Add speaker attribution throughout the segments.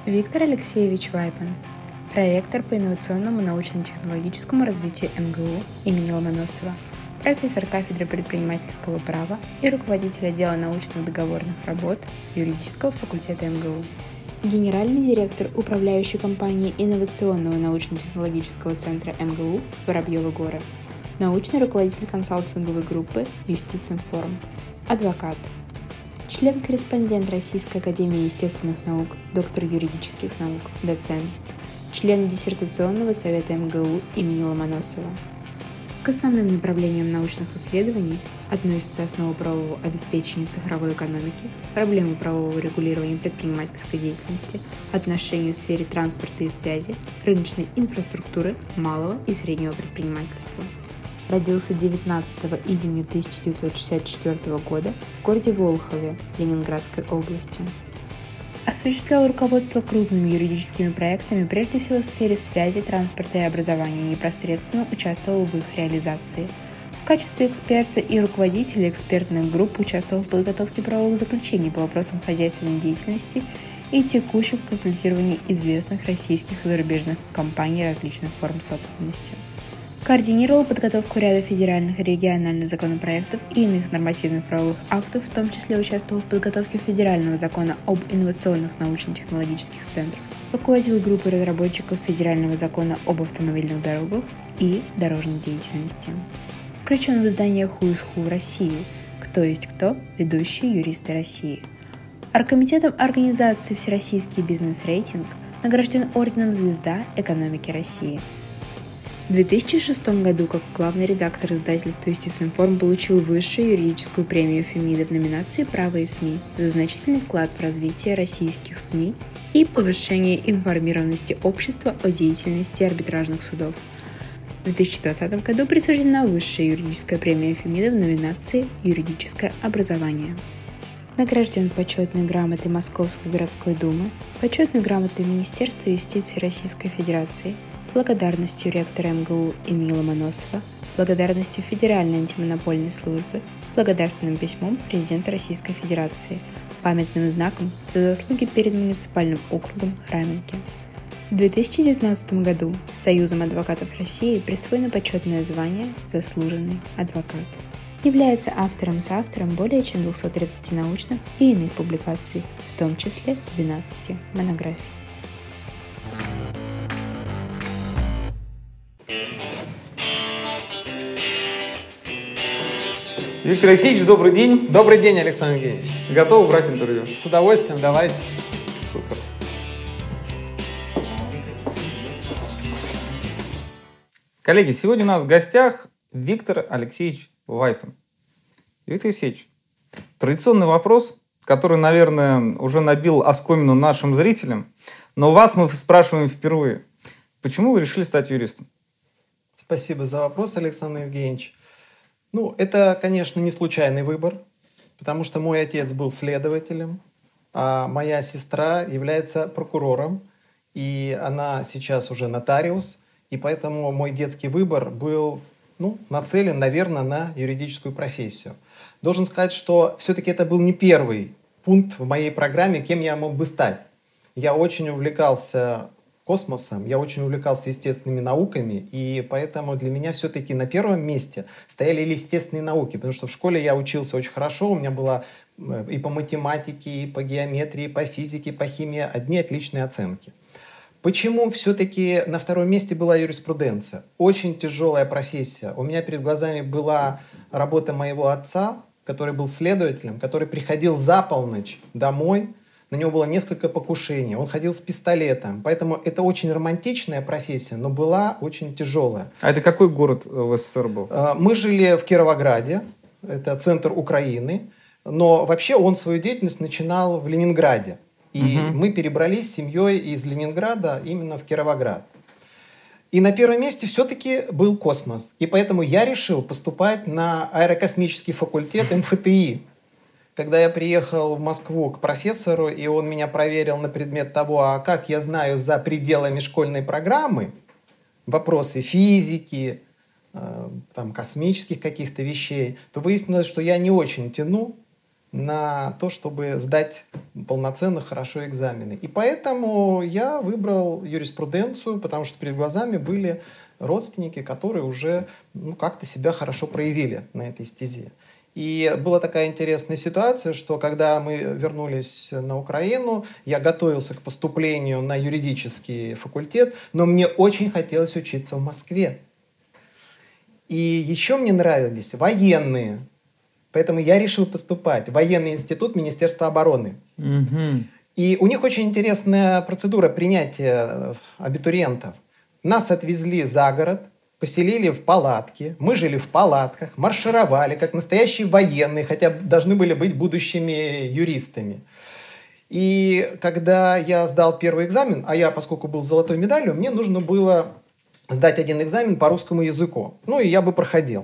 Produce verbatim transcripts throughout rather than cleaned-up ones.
Speaker 1: Виктор Алексеевич Вайпан, проректор по инновационному научно-технологическому развитию эм гэ у имени Ломоносова, профессор кафедры предпринимательского права и руководитель отдела научных договорных работ юридического факультета эм гэ у, генеральный директор управляющей компании инновационного научно-технологического центра эм гэ у Воробьевы горы, научный руководитель консалтинговой группы Юстицинформ, адвокат, член-корреспондент Российской академии естественных наук, доктор юридических наук, доцент, член диссертационного совета эм гэ у имени Ломоносова. К основным направлениям научных исследований относятся основы правового обеспечения цифровой экономики, проблемы правового регулирования предпринимательской деятельности, отношения в сфере транспорта и связи, рыночной инфраструктуры, малого и среднего предпринимательства. Родился девятнадцатого июня тысяча девятьсот шестьдесят четвёртого года в городе Волхове Ленинградской области. Осуществлял руководство крупными юридическими проектами прежде всего в сфере связи, транспорта и образования, непосредственно участвовал в их реализации. В качестве эксперта и руководителя экспертных групп участвовал в подготовке правовых заключений по вопросам хозяйственной деятельности и текущем консультировании известных российских и зарубежных компаний различных форм собственности. Координировал подготовку ряда федеральных и региональных законопроектов и иных нормативных правовых актов, в том числе участвовал в подготовке федерального закона об инновационных научно-технологических центрах, руководил группой разработчиков федерального закона об автомобильных дорогах и дорожной деятельности. Включен в издание «Who is Who» в России, «Кто есть кто. Ведущие юристы России». Оргкомитетом организации «Всероссийский бизнес-рейтинг» награжден орденом «Звезда экономики России». В две тысячи шестом году как главный редактор издательства «Юстицинформ» получил высшую юридическую премию Фемида в номинации «Право и СМИ» за значительный вклад в развитие российских СМИ и повышение информированности общества о деятельности арбитражных судов. В две тысячи двадцатом году присуждена высшая юридическая премия Фемида в номинации «Юридическое образование». Награжден почетной грамотой Московской городской думы, почетной грамотой Министерства юстиции Российской Федерации, благодарностью ректора эм гэ у имени Ломоносова, благодарностью Федеральной антимонопольной службы, благодарственным письмом президента Российской Федерации, памятным знаком за заслуги перед муниципальным округом Раменки. В две тысячи девятнадцатом году Союзом адвокатов России присвоено почетное звание «Заслуженный адвокат». Является автором-соавтором более чем двухсот тридцати научных и иных публикаций, в том числе двенадцати монографий.
Speaker 2: Виктор Алексеевич, добрый день.
Speaker 3: Добрый день, Александр Евгеньевич.
Speaker 2: Готовы брать интервью?
Speaker 3: С удовольствием, давайте.
Speaker 2: Супер. Коллеги, сегодня у нас в гостях Виктор Алексеевич Вайпан. Виктор Алексеевич, традиционный вопрос, который, наверное, уже набил оскомину нашим зрителям, но вас мы спрашиваем впервые. Почему вы решили стать юристом?
Speaker 3: Спасибо за вопрос, Александр Евгеньевич. Ну, это, конечно, не случайный выбор, потому что мой отец был следователем, а моя сестра является прокурором, и она сейчас уже нотариус, и поэтому мой детский выбор был, ну, нацелен, наверное, на юридическую профессию. Должен сказать, что все-таки это был не первый пункт в моей программе, кем я мог бы стать. Я очень увлекался космосом, я очень увлекался естественными науками, и поэтому для меня все-таки на первом месте стояли естественные науки, потому что в школе я учился очень хорошо, у меня было и по математике, и по геометрии, и по физике, и по химии одни отличные оценки. Почему все-таки на втором месте была юриспруденция? Очень тяжелая профессия. У меня перед глазами была работа моего отца, который был следователем, который приходил за полночь домой. На него было несколько покушений, он ходил с пистолетом. Поэтому это очень романтичная профессия, но была очень тяжелая.
Speaker 2: А это какой город в эс эс эс эр был?
Speaker 3: Мы жили в Кировограде, это центр Украины. Но вообще он свою деятельность начинал в Ленинграде. И угу. мы перебрались с семьей из Ленинграда именно в Кировоград. И на первом месте все-таки был космос. И поэтому я решил поступать на аэрокосмический факультет эм эф тэ и. Когда я приехал в Москву к профессору, и он меня проверил на предмет того, а как я знаю за пределами школьной программы вопросы физики, э, там, космических каких-то вещей, то выяснилось, что я не очень тяну на то, чтобы сдать полноценно хорошо экзамены. И поэтому я выбрал юриспруденцию, потому что перед глазами были родственники, которые уже ну, как-то себя хорошо проявили на этой стезе. И была такая интересная ситуация, что когда мы вернулись на Украину, я готовился к поступлению на юридический факультет, но мне очень хотелось учиться в Москве. И еще мне нравились военные. Поэтому я решил поступать в военный институт Министерства обороны.
Speaker 2: Угу.
Speaker 3: И у них очень интересная процедура принятия абитуриентов. Нас отвезли за город, поселили в палатке. Мы жили в палатках, маршировали, как настоящие военные, хотя должны были быть будущими юристами. И когда я сдал первый экзамен, а я, поскольку был с золотой медалью, мне нужно было сдать один экзамен по русскому языку. Ну, и я бы проходил.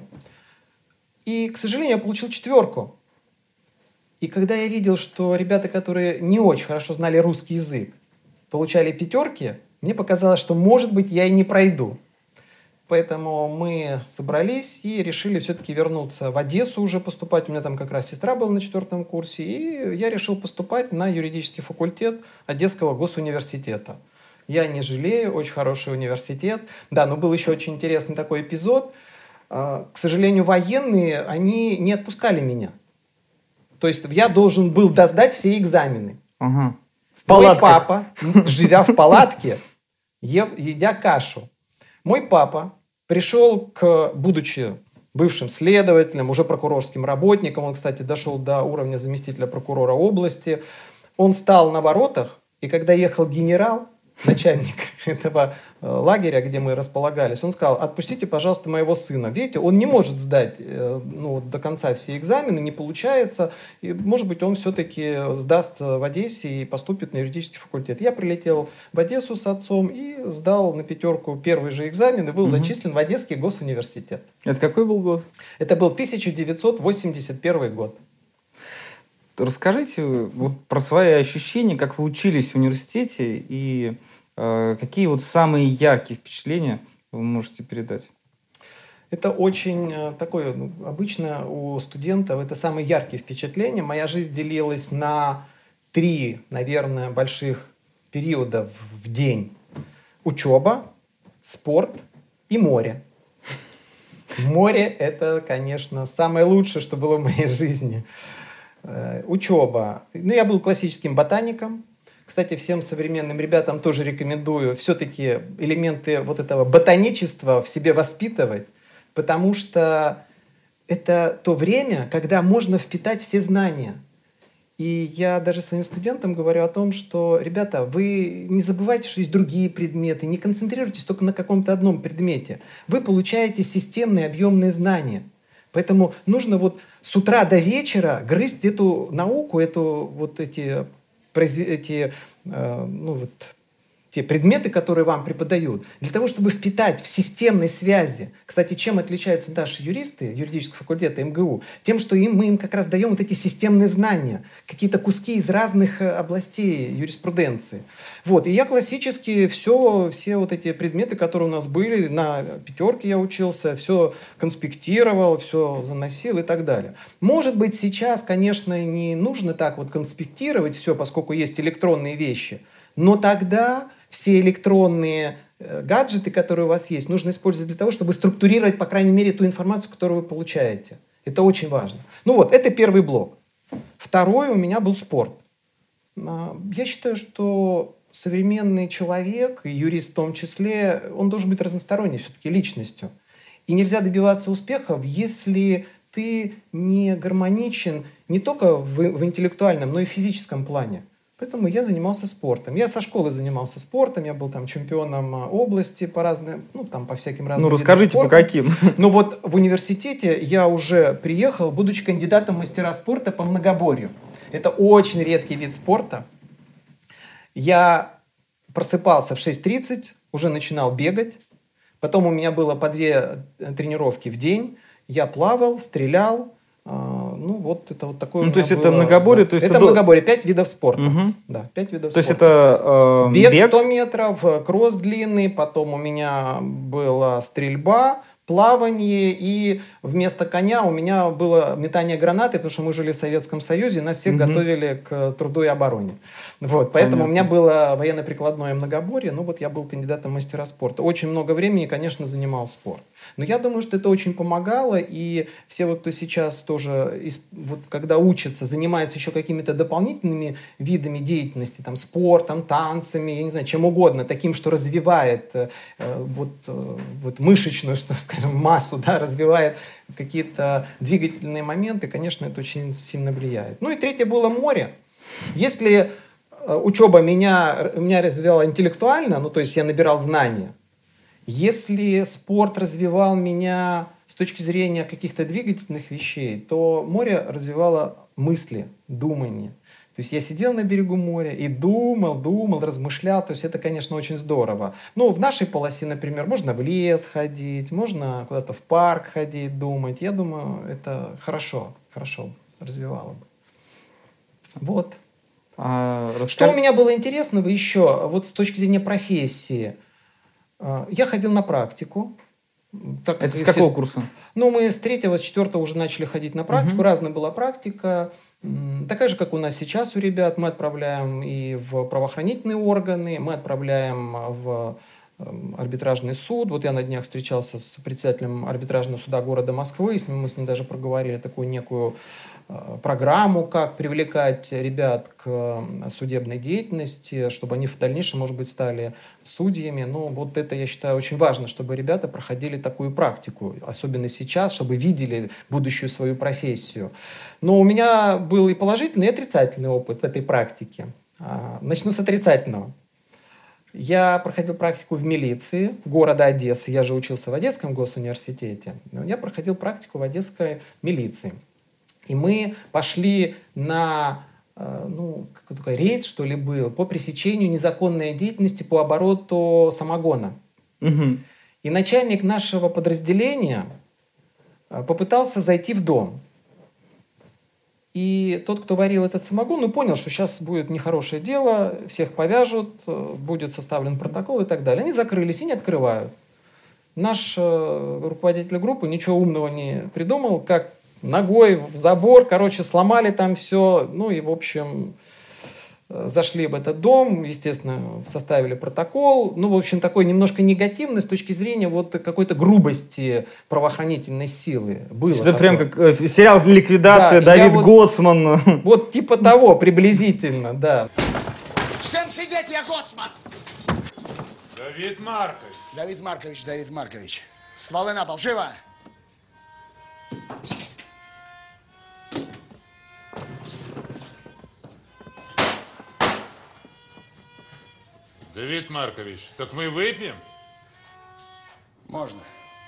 Speaker 3: И, к сожалению, я получил четверку. И когда я видел, что ребята, которые не очень хорошо знали русский язык, получали пятерки, мне показалось, что, может быть, я и не пройду. Поэтому мы собрались и решили все-таки вернуться в Одессу уже поступать. У меня там как раз сестра была на четвертом курсе. И я решил поступать на юридический факультет Одесского госуниверситета. Я не жалею, очень хороший университет. Да, но был еще очень интересный такой эпизод. К сожалению, военные, они не отпускали меня. То есть я должен был досдать все экзамены.
Speaker 2: Ага. В
Speaker 3: Мой
Speaker 2: палатках.
Speaker 3: папа, живя в палатке, ев, едя кашу, мой папа пришел к, будучи бывшим следователем, уже прокурорским работником, он, кстати, дошел до уровня заместителя прокурора области, он стал на воротах, и когда ехал генерал, начальник этого лагеря, где мы располагались, он сказал: отпустите, пожалуйста, моего сына. Видите, он не может сдать ну, до конца все экзамены, не получается. И, может быть, он все-таки сдаст в Одессе и поступит на юридический факультет. Я прилетел в Одессу с отцом и сдал на пятерку первый же экзамен и был угу. зачислен в Одесский госуниверситет.
Speaker 2: Это какой был год?
Speaker 3: Это был тысяча девятьсот восемьдесят первый год.
Speaker 2: Расскажите вот про свои ощущения, как вы учились в университете и э, какие вот самые яркие впечатления вы можете передать?
Speaker 3: Это очень такое, ну, обычно у студентов это самые яркие впечатления. Моя жизнь делилась на три, наверное, больших периода в день. Учеба, спорт и море. Море – это, конечно, самое лучшее, что было в моей жизни. Учеба. Ну, я был классическим ботаником. Кстати, всем современным ребятам тоже рекомендую все-таки элементы вот этого ботаничества в себе воспитывать, потому что это то время, когда можно впитать все знания. И я даже своим студентам говорю о том, что, ребята, вы не забывайте, что есть другие предметы, не концентрируйтесь только на каком-то одном предмете. Вы получаете системные объемные знания. Поэтому нужно вот с утра до вечера грызть эту науку, эту, вот эти, эти э, ну вот, те предметы, которые вам преподают, для того, чтобы впитать в системной связи. Кстати, чем отличаются наши юристы юридического факультета эм гэ у? Тем, что им, мы им как раз даем вот эти системные знания, какие-то куски из разных областей юриспруденции. Вот. И я классически все, все вот эти предметы, которые у нас были, на пятерке я учился, все конспектировал, все заносил и так далее. Может быть, сейчас, конечно, не нужно так вот конспектировать все, поскольку есть электронные вещи, но тогда все электронные э, гаджеты, которые у вас есть, нужно использовать для того, чтобы структурировать, по крайней мере, ту информацию, которую вы получаете. Это очень важно. Ну вот, это первый блок. Второй у меня был спорт. Я считаю, что современный человек, и юрист в том числе, он должен быть разносторонней все-таки личностью. И нельзя добиваться успехов, если ты не гармоничен не только в, в интеллектуальном, но и в физическом плане. Поэтому я занимался спортом. Я со школы занимался спортом, я был там чемпионом области по разным, ну там по всяким разным.
Speaker 2: Ну расскажите, по каким?
Speaker 3: Ну вот в университете я уже приехал, будучи кандидатом в мастера спорта по многоборью. Это очень редкий вид спорта. Я просыпался в шесть тридцать, уже начинал бегать. Потом у меня было по две тренировки в день. Я плавал, стрелял. Ну, вот это вот такое.
Speaker 2: Ну, то есть это
Speaker 3: было,
Speaker 2: многоборье?
Speaker 3: Да.
Speaker 2: То есть
Speaker 3: это
Speaker 2: до...
Speaker 3: многоборье, пять видов спорта.
Speaker 2: Угу.
Speaker 3: Да, пять видов
Speaker 2: то
Speaker 3: спорта.
Speaker 2: То есть это э,
Speaker 3: бег,
Speaker 2: бег
Speaker 3: сто метров, кросс длинный, потом у меня была стрельба, плавание, и вместо коня у меня было метание гранаты, потому что мы жили в Советском Союзе, нас всех
Speaker 2: Мгм.
Speaker 3: готовили к труду и обороне. Вот, поэтому у меня
Speaker 2: Понятно.
Speaker 3: было военно-прикладное многоборье, ну вот я был кандидатом в мастера спорта. Очень много времени, конечно, занимал спорт. Но я думаю, что это очень помогало, и все вот, кто сейчас тоже, из- вот, когда учатся, занимаются еще какими-то дополнительными видами деятельности, там, спортом, танцами, я не знаю, чем угодно, таким, что развивает э, э, вот, э, вот мышечную, что скажем, массу, да, развивает какие-то двигательные моменты, конечно, это очень сильно влияет. Ну и третье было море. Если э, учеба меня, меня развивала интеллектуально, ну то есть я набирал знания, если спорт развивал меня с точки зрения каких-то двигательных вещей, то море развивало мысли, думание. То есть я сидел на берегу моря и думал, думал, размышлял. То есть это, конечно, очень здорово. Ну, в нашей полосе, например, можно в лес ходить, можно куда-то в парк ходить, думать. Я думаю, это хорошо, хорошо развивало бы. Вот.
Speaker 2: А,
Speaker 3: Что
Speaker 2: расскажи-
Speaker 3: у меня было интересного еще, вот с точки зрения профессии. Э, Я ходил на практику. Так как,
Speaker 2: Это с какого
Speaker 3: естественно,
Speaker 2: курса?
Speaker 3: ну, мы с третьего, с четвертого уже начали ходить на практику.
Speaker 2: Мгм.
Speaker 3: Разная была практика. М, Такая же, как у нас сейчас у ребят. Мы отправляем и в правоохранительные органы, мы отправляем в эм, арбитражный суд. Вот я на днях встречался с председателем арбитражного суда города Москвы. С ним, мы с ним даже проговорили такую некую э, программу, как привлекать ребят к э, судебной деятельности, чтобы они в дальнейшем, может быть, стали судьями. Ну, вот это, я считаю, очень важно, чтобы ребята проходили такую практику, особенно сейчас, чтобы видели будущую свою профессию. Но у меня был и положительный, и отрицательный опыт в этой практике. А, Начну с отрицательного. Я проходил практику в милиции города Одессы. Я же учился в Одесском госуниверситете. Но я проходил практику в Одесской милиции. И мы пошли на э, ну, какой такой рейд, что ли, был, по пресечению незаконной деятельности по обороту самогона.
Speaker 2: Мгм.
Speaker 3: И начальник нашего подразделения э, попытался зайти в дом. И тот, кто варил этот самогон, ну, понял, что сейчас будет нехорошее дело, всех повяжут, э, будет составлен протокол и так далее. Они закрылись и не открывают. Наш э, руководитель группы ничего умного не придумал, как ногой в забор, короче, сломали там все, ну и, в общем, э, зашли в этот дом, естественно, составили протокол. Ну, в общем, такой немножко негативный с точки зрения вот какой-то грубости правоохранительной силы. Было
Speaker 2: Это
Speaker 3: такое.
Speaker 2: прям как э, сериал «Ликвидация»,
Speaker 3: Да, я
Speaker 2: Давид
Speaker 3: вот-
Speaker 2: Гоцман.
Speaker 3: Вот типа того, приблизительно, да.
Speaker 4: Всем сидеть, я Гоцман!
Speaker 5: Давид Маркович.
Speaker 4: Давид Маркович, Давид Маркович. Стволы на пол, живо!
Speaker 5: Давид Маркович, так мы выпьем?
Speaker 4: Можно.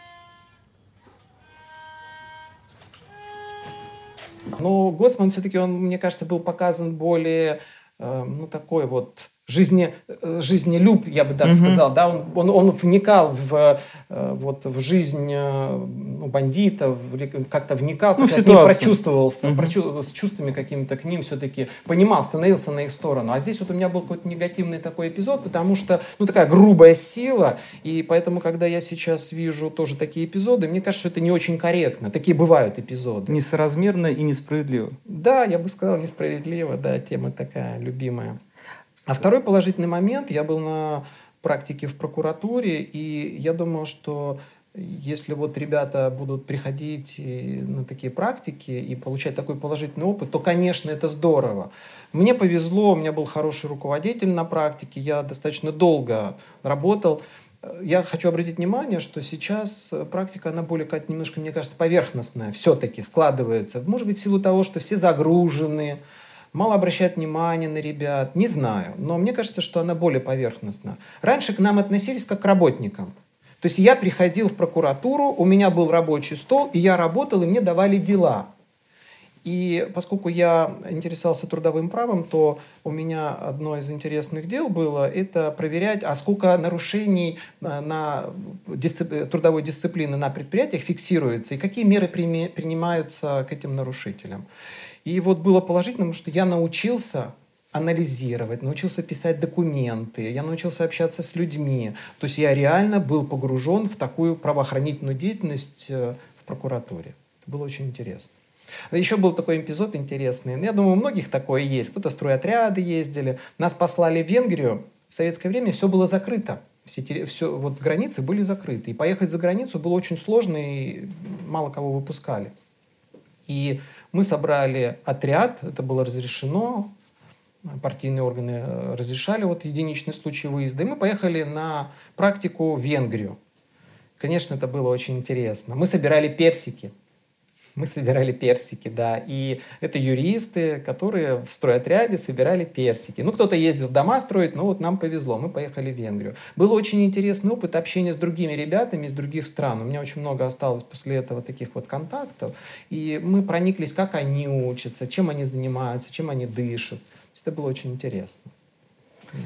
Speaker 3: Но Гоцман все-таки, он, мне кажется, был показан более, э, ну, такой вот жизни, э, жизнелюб, я бы так сказал, да, он, он, он вникал в, э, вот, в жизнь э, ну, бандитов, в- как-то вникал,
Speaker 2: Ну, в
Speaker 3: как-то к ним
Speaker 2: ситуацию.
Speaker 3: прочувствовался,
Speaker 2: Мгм.
Speaker 3: прочу- с чувствами какими-то к ним все-таки понимал, становился на их сторону. А здесь вот у меня был какой-то негативный такой эпизод, потому что, ну, такая грубая сила, и поэтому, когда я сейчас вижу тоже такие эпизоды, мне кажется, что это не очень корректно. Такие бывают эпизоды.
Speaker 2: Несоразмерно и несправедливо.
Speaker 3: Да, я бы сказал, несправедливо, да, тема такая любимая. А второй положительный момент, я был на практике в прокуратуре, и я думаю, что если вот ребята будут приходить и на такие практики и получать такой положительный опыт, то, конечно, это здорово. Мне повезло, у меня был хороший руководитель на практике, я достаточно долго работал. Я хочу обратить внимание, что сейчас практика, она более как немножко, мне кажется, поверхностная все-таки складывается. Может быть, в силу того, что все загружены, мало обращают внимание на ребят, не знаю. Но мне кажется, что она более поверхностна. Раньше к нам относились как к работникам. То есть я приходил в прокуратуру, у меня был рабочий стол, и я работал, и мне давали дела. И поскольку я интересовался трудовым правом, то у меня одно из интересных дел было это проверять, а сколько нарушений на, на дисцип- трудовой дисциплины на предприятиях фиксируется, и какие меры прими- принимаются к этим нарушителям. И вот было положительно, потому что я научился анализировать, научился писать документы, я научился общаться с людьми. То есть я реально был погружен в такую правоохранительную деятельность в прокуратуре. Это было очень интересно. Еще был такой эпизод интересный. Я думаю, у многих такое есть. Кто-то стройотряды ездили. Нас послали в Венгрию. В советское время все было закрыто. Все, все, вот границы были закрыты. И поехать за границу было очень сложно, и мало кого выпускали. И мы собрали отряд, это было разрешено, партийные органы разрешали вот единичный случай выезда. И мы поехали на практику в Венгрию. Конечно, это было очень интересно. Мы собирали персики. Мы собирали персики, да. И это юристы, которые в стройотряде собирали персики. Ну, кто-то ездил дома строить, но вот нам повезло. Мы поехали в Венгрию. Был очень интересный опыт общения с другими ребятами из других стран. У меня очень много осталось после этого таких вот контактов. И мы прониклись, как они учатся, чем они занимаются, чем они дышат. Это было очень интересно. Вот.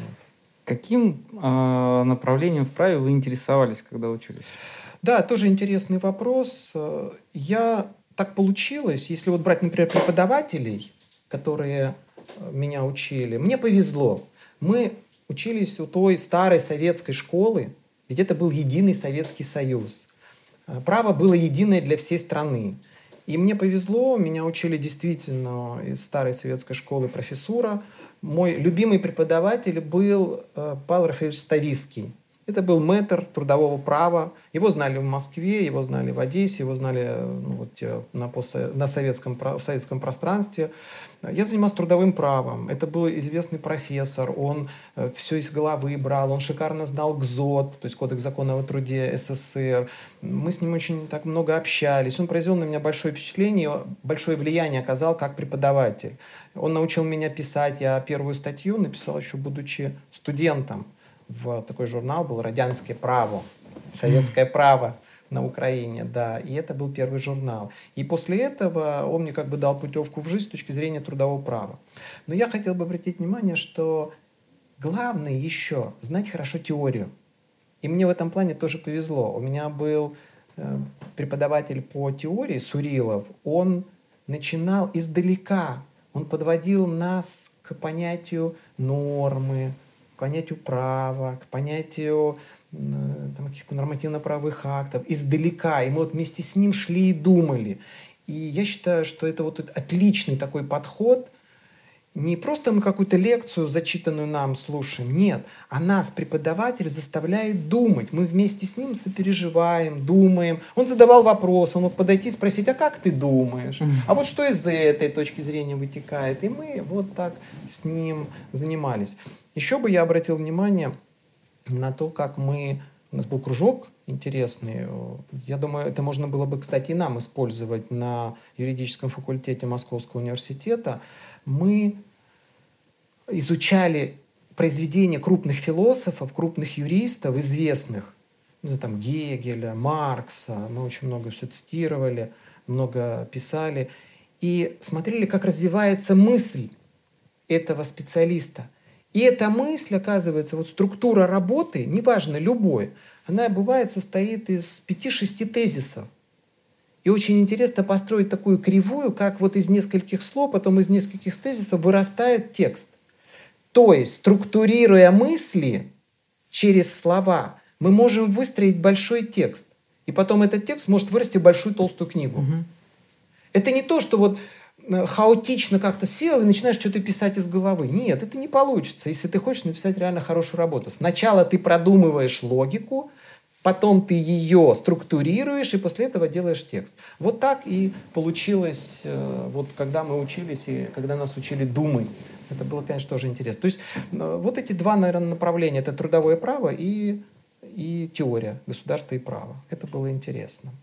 Speaker 2: Каким э, направлением в праве вы интересовались, когда учились?
Speaker 3: Да, тоже интересный вопрос. Я... Так получилось, если вот брать, например, преподавателей, которые меня учили, мне повезло. Мы учились у той старой советской школы, ведь это был единый Советский Союз. Право было единое для всей страны. И мне повезло, меня учили действительно из старой советской школы профессура. Мой любимый преподаватель был Павел Рафаэльевич Ставицкий. Это был мэтр трудового права. Его знали в Москве, его знали в Одессе, его знали ну, вот, на, пост- на советском, в советском пространстве. Я занимался трудовым правом. Это был известный профессор. Он все из головы брал. Он шикарно знал ГЗОТ, то есть Кодекс закона о труде СССР. Мы с ним очень так много общались. Он произвел на меня большое впечатление, большое влияние оказал как преподаватель. Он научил меня писать. Я первую статью написал еще будучи студентом. В такой журнал был «Радянское право», «Советское право» на Украине, да, и это был первый журнал. И после этого он мне как бы дал путевку в жизнь с точки зрения трудового права. Но я хотел бы обратить внимание, что главное еще знать хорошо теорию. И мне в этом плане тоже повезло. У меня был э, преподаватель по теории, Сурилов, он начинал издалека, он подводил нас к понятию нормы, к понятию права, к понятию там, каких-то нормативно-правовых актов издалека. И мы вот вместе с ним шли и думали. И я считаю, что это вот отличный такой подход. Не просто мы какую-то лекцию, зачитанную нам, слушаем. Нет, а нас преподаватель заставляет думать. Мы вместе с ним сопереживаем, думаем. Он задавал вопрос, он мог подойти и спросить, а как ты думаешь? А вот что из этой точки зрения вытекает? И мы вот так с ним занимались. Еще бы я обратил внимание на то, как мы... У нас был кружок интересный. Я думаю, это можно было бы, кстати, и нам использовать на юридическом факультете Московского университета. Мы изучали произведения крупных философов, крупных юристов, известных. Ну, там, Гегеля, Маркса. Мы очень много все цитировали, много писали. И смотрели, как развивается мысль этого специалиста. И эта мысль, оказывается, вот структура работы, неважно, любой, она, бывает, состоит из пяти-шести тезисов. И очень интересно построить такую кривую, как вот из нескольких слов, потом из нескольких тезисов вырастает текст. То есть, структурируя мысли через слова, мы можем выстроить большой текст. И потом этот текст может вырасти в большую толстую книгу. Угу. Это не то, что вот хаотично как-то сел и начинаешь что-то писать из головы. Нет, это не получится, если ты хочешь написать реально хорошую работу. Сначала ты продумываешь логику, потом ты ее структурируешь, и после этого делаешь текст. Вот так и получилось, вот когда мы учились, и когда нас учили думать. Это было, конечно, тоже интересно. То есть вот эти два, наверное, направления. Это трудовое право и, и теория государства и права. Это было интересно.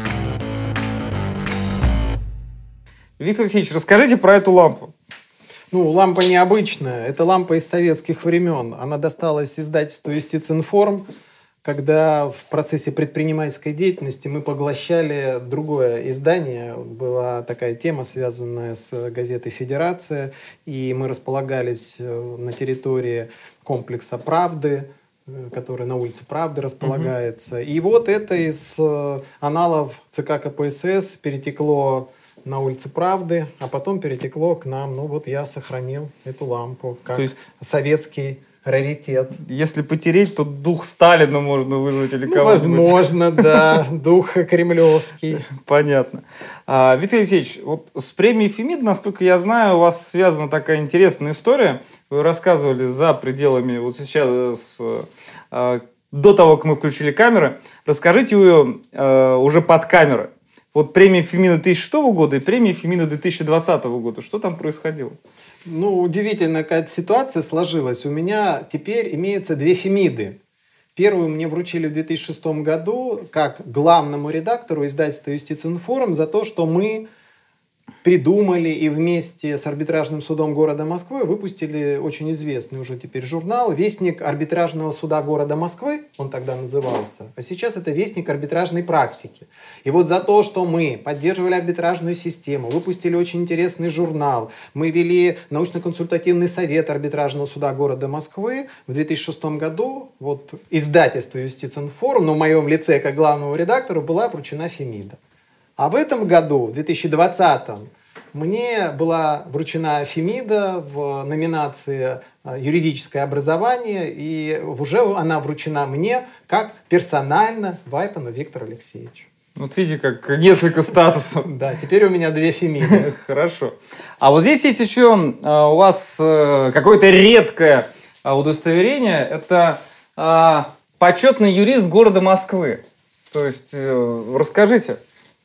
Speaker 2: Виктор Алексеевич, расскажите про эту лампу.
Speaker 3: Ну, лампа необычная. Это лампа из советских времен. Она досталась издательству «Юстицинформ», когда в процессе предпринимательской деятельности мы поглощали другое издание. Была такая тема, связанная с газетой «Федерация», и мы располагались на территории комплекса «Правды», который на улице Правды располагается. Mm-hmm. И вот это из аналов ЦК КПСС перетекло на улице Правды, а потом перетекло к нам. Ну вот я сохранил эту лампу как
Speaker 2: То есть-
Speaker 3: советский раритет.
Speaker 2: Если потереть, то дух Сталина можно вызвать или
Speaker 3: Ну,
Speaker 2: кого-нибудь.
Speaker 3: возможно, да, дух кремлевский.
Speaker 2: Понятно. А, Виктор Алексеевич, вот с премией Фемида, насколько я знаю, у вас связана такая интересная история. Вы рассказывали за пределами, вот сейчас, с, а, до того, как мы включили камеры. Расскажите ее а, уже под камеры. Вот премия Фемида две тысячи шестого года и премия Фемида две тысячи двадцатого года. Что там происходило?
Speaker 3: Ну, удивительная какая-то ситуация сложилась. У меня теперь имеется две Фемиды. Первую мне вручили в две тысячи шестом году как главному редактору издательства «Юстиц-Информ» за то, что мы придумали и вместе с арбитражным судом города Москвы выпустили очень известный уже теперь журнал «Вестник арбитражного суда города Москвы», он тогда назывался, а сейчас это «Вестник арбитражной практики». И вот за то, что мы поддерживали арбитражную систему, выпустили очень интересный журнал, мы вели научно-консультативный совет арбитражного суда города Москвы, в две тысячи шестом году вот издательству «Юстиц-Информ», но в моем лице как главному редактору была вручена Фемида. А в этом году, в две тысячи двадцатом, мне была вручена Фемида в номинации «Юридическое образование», и уже она вручена мне как персонально Вайпану Виктору Алексеевичу.
Speaker 2: Вот видите, как несколько статусов.
Speaker 3: Да, теперь у меня две Фемиды.
Speaker 2: Хорошо. А вот здесь есть еще э, у вас э, какое-то редкое э, удостоверение. Это э, почетный юрист города Москвы. То есть, э, расскажите.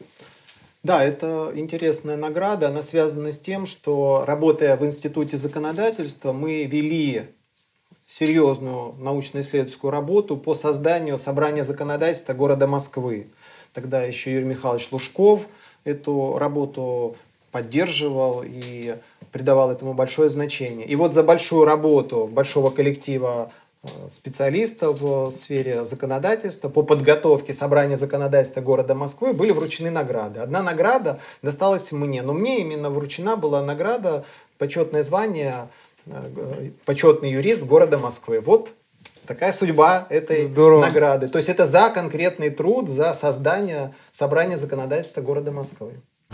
Speaker 3: Да, это интересная награда. Она связана с тем, что, работая в Институте законодательства, мы вели серьезную научно-исследовательскую работу по созданию собрания законодательства города Москвы. Тогда еще Юрий Михайлович Лужков эту работу поддерживал и придавал этому большое значение. И вот за большую работу большого коллектива специалистов в сфере законодательства по подготовке собрания законодательства города Москвы были вручены награды. Одна награда досталась мне, но мне именно вручена была награда, почетное звание почетный юрист города Москвы. Вот такая судьба этой
Speaker 2: Здорово.
Speaker 3: награды. То есть это за конкретный труд, за создание собрания законодательства города Москвы.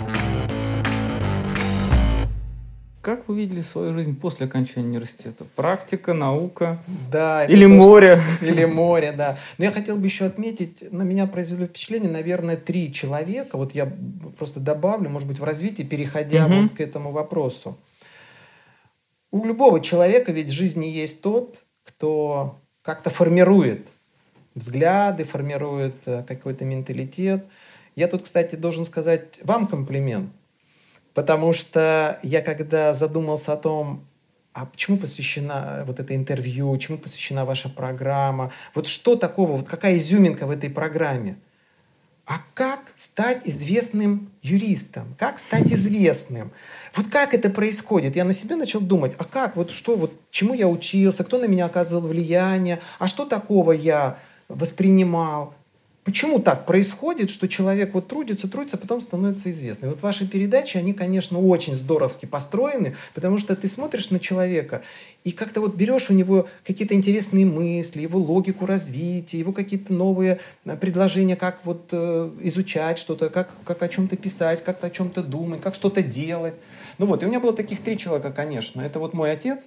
Speaker 2: Как вы видели свою жизнь после окончания университета? Практика, наука
Speaker 3: Да, это
Speaker 2: или
Speaker 3: тоже-
Speaker 2: море?
Speaker 3: Или море, да. Но я хотел бы еще отметить, на меня произвело впечатление, наверное, три человека. Вот я просто добавлю, может быть, в развитии, переходя
Speaker 2: Мгм.
Speaker 3: вот к этому вопросу. У любого человека ведь в жизни есть тот, кто как-то формирует взгляды, формирует э, какой-то менталитет. Я тут, кстати, должен сказать вам комплимент. Потому что я когда задумался о том, а почему посвящена вот это интервью, чему посвящена ваша программа, вот что такого, вот какая изюминка в этой программе? А как стать известным юристом? Как стать известным? Вот как это происходит? Я на себя начал думать, а как, вот что, вот чему я учился, кто на меня оказывал влияние, а что такого я воспринимал? Почему так происходит, что человек вот трудится, трудится, а потом становится известным? Вот ваши передачи, они, конечно, очень здоровски построены, потому что ты смотришь на человека и как-то вот берешь у него какие-то интересные мысли, его логику развития, его какие-то новые э, предложения, как вот э, изучать что-то, как, как о чем-то писать, как-то о чем-то думать, как что-то делать. Ну вот, и у меня было таких три человека, конечно. Это вот мой отец,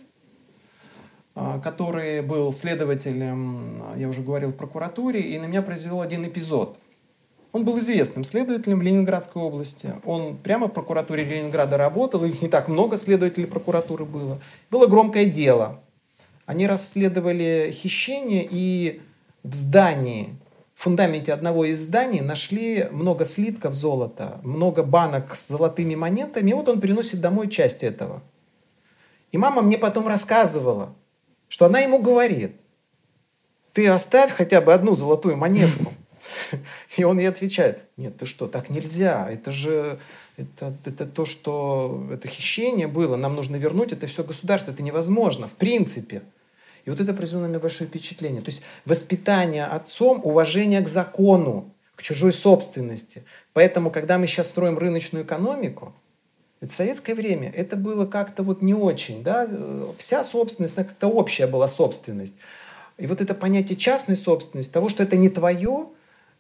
Speaker 3: который был следователем, я уже говорил, в прокуратуре, и на меня произвел один эпизод. Он был известным следователем в Ленинградской области. Он прямо в прокуратуре Ленинграда работал, их не так много следователей прокуратуры было. Было громкое дело. Они расследовали хищение, и в здании, в фундаменте одного из зданий нашли много слитков золота, много банок с золотыми монетами, и вот он приносит домой часть этого. И мама мне потом рассказывала, что она ему говорит: ты оставь хотя бы одну золотую монетку. И он ей отвечает: нет, ты что, так нельзя, это же это, это то, что это хищение было, нам нужно вернуть это все государству, это невозможно, в принципе. И вот это произвело на меня большое впечатление. То есть воспитание отцом, уважение к закону, к чужой собственности. Поэтому, когда мы сейчас строим рыночную экономику, это советское время, это было как-то вот не очень, да, вся собственность, она как-то общая была собственность. И вот это понятие частной собственности, того, что это не твое,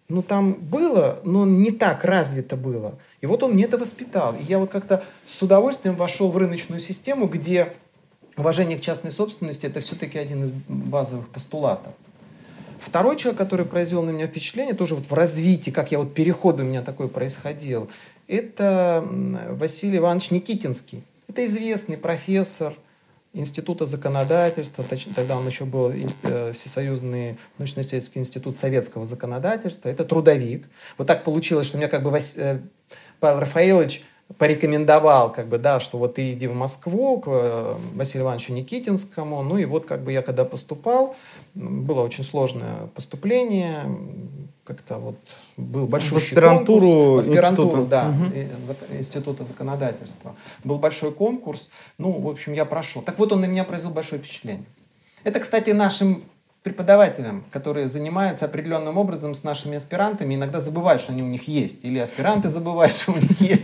Speaker 3: ну, там было, но не так развито было. И вот он мне это воспитал. И я вот как-то с удовольствием вошел в рыночную систему, где уважение к частной собственности – это все-таки один из базовых постулатов. Второй человек, который произвел на меня впечатление, тоже вот в развитии, как я вот переход у меня такой происходил, это Василий Иванович Никитинский. Это известный профессор Института законодательства, тогда он еще был Всесоюзный научно-исследовательский институт советского законодательства, это трудовик. Вот так получилось, что меня как бы Вас... Павел Рафаэлович порекомендовал, как бы, да, что вот ты иди в Москву к Василию Ивановичу Никитинскому. Ну и вот как бы я когда поступал, было очень сложное поступление, как-то вот был большой
Speaker 2: аспирантуру
Speaker 3: конкурс. Аспирантуру,
Speaker 2: института.
Speaker 3: да,
Speaker 2: Угу.
Speaker 3: Института законодательства. Был большой конкурс. Ну, в общем, я прошел. Так вот, он на меня произвел большое впечатление. Это, кстати, нашим преподавателям, которые занимаются определенным образом с нашими аспирантами, иногда забывают, что они у них есть. Или аспиранты забывают, что у них есть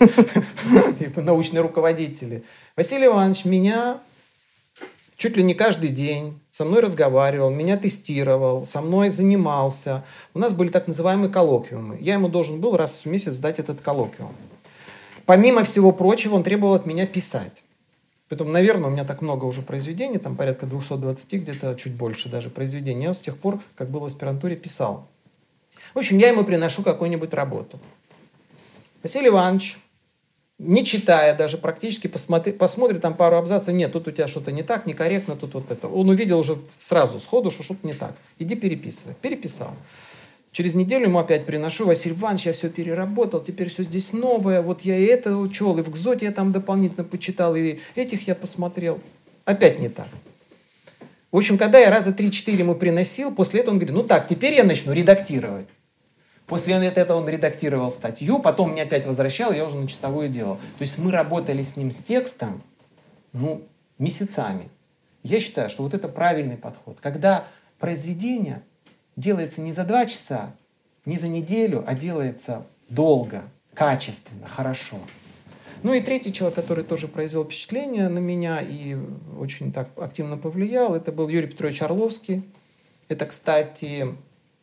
Speaker 3: научные руководители. Василий Иванович меня чуть ли не каждый день со мной разговаривал, меня тестировал, со мной занимался. У нас были так называемые коллоквиумы. Я ему должен был раз в месяц сдать этот коллоквиум. Помимо всего прочего, он требовал от меня писать. Поэтому, наверное, у меня так много уже произведений, там порядка двести двадцать, где-то чуть больше даже произведений. Я с тех пор, как был в аспирантуре, писал. В общем, я ему приношу какую-нибудь работу. Василий Иванович, не читая даже, практически посмотри, посмотрит там пару абзацев, нет, тут у тебя что-то не так, некорректно, тут вот это. Он увидел уже сразу, сходу, что что-то не так. Иди переписывай. Переписал. Через неделю ему опять приношу: Василий Иванович, я все переработал, теперь все здесь новое, вот я и это учел, и в Гзоте я там дополнительно почитал, и этих я посмотрел. Опять не так. В общем, когда я раза три-четыре ему приносил, после этого он говорит: ну так, теперь я начну редактировать. После этого он редактировал статью, потом мне опять возвращал, я уже на чистовую делал. То есть мы работали с ним с текстом, ну, месяцами. Я считаю, что вот это правильный подход. Когда произведение делается не за два часа, не за неделю, а делается долго, качественно, хорошо. Ну и третий человек, который тоже произвел впечатление на меня и очень так активно повлиял, это был Юрий Петрович Орловский. Это, кстати,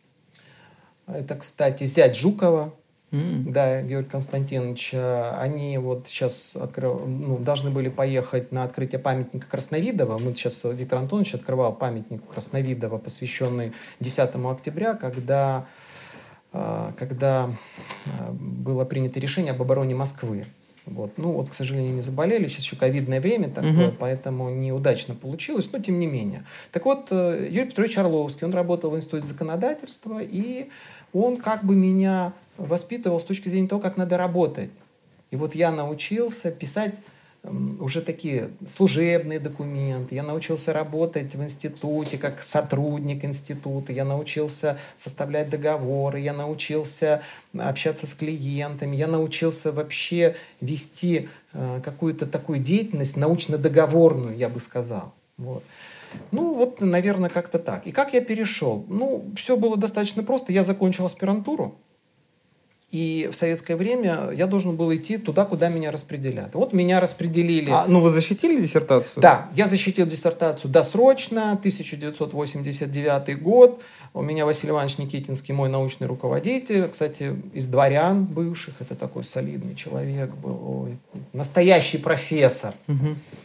Speaker 3: это, кстати, зять Жукова, mm. да, Георгия Константиновича. Они вот сейчас открыв... ну, должны были поехать на открытие памятника Красновидова. Мы сейчас, Виктор Антонович открывал памятник Красновидова, посвященный десятому октября, когда, когда было принято решение об обороне Москвы. Вот. Ну вот, к сожалению, не заболели. Сейчас еще ковидное время такое, uh-huh. поэтому неудачно получилось, но тем не менее. Так вот, Юрий Петрович Орловский, он работал в Институте законодательства, и он как бы меня воспитывал с точки зрения того, как надо работать. И вот я научился писать уже такие служебные документы, я научился работать в институте как сотрудник института, я научился составлять договоры, я научился общаться с клиентами, я научился вообще вести э, какую-то такую деятельность научно-договорную, я бы сказал. Вот. Ну вот, наверное, как-то так. И как я перешел? Ну, все было достаточно просто. Я закончил аспирантуру. И в советское время я должен был идти туда, куда меня распределят. Вот меня распределили...
Speaker 2: А, ну вы защитили диссертацию?
Speaker 3: Да, я защитил диссертацию досрочно, тысяча девятьсот восемьдесят девятый год. У меня Василий Иванович Никитинский, мой научный руководитель, кстати, из дворян бывших. Это такой солидный человек был, ой, настоящий профессор. Угу.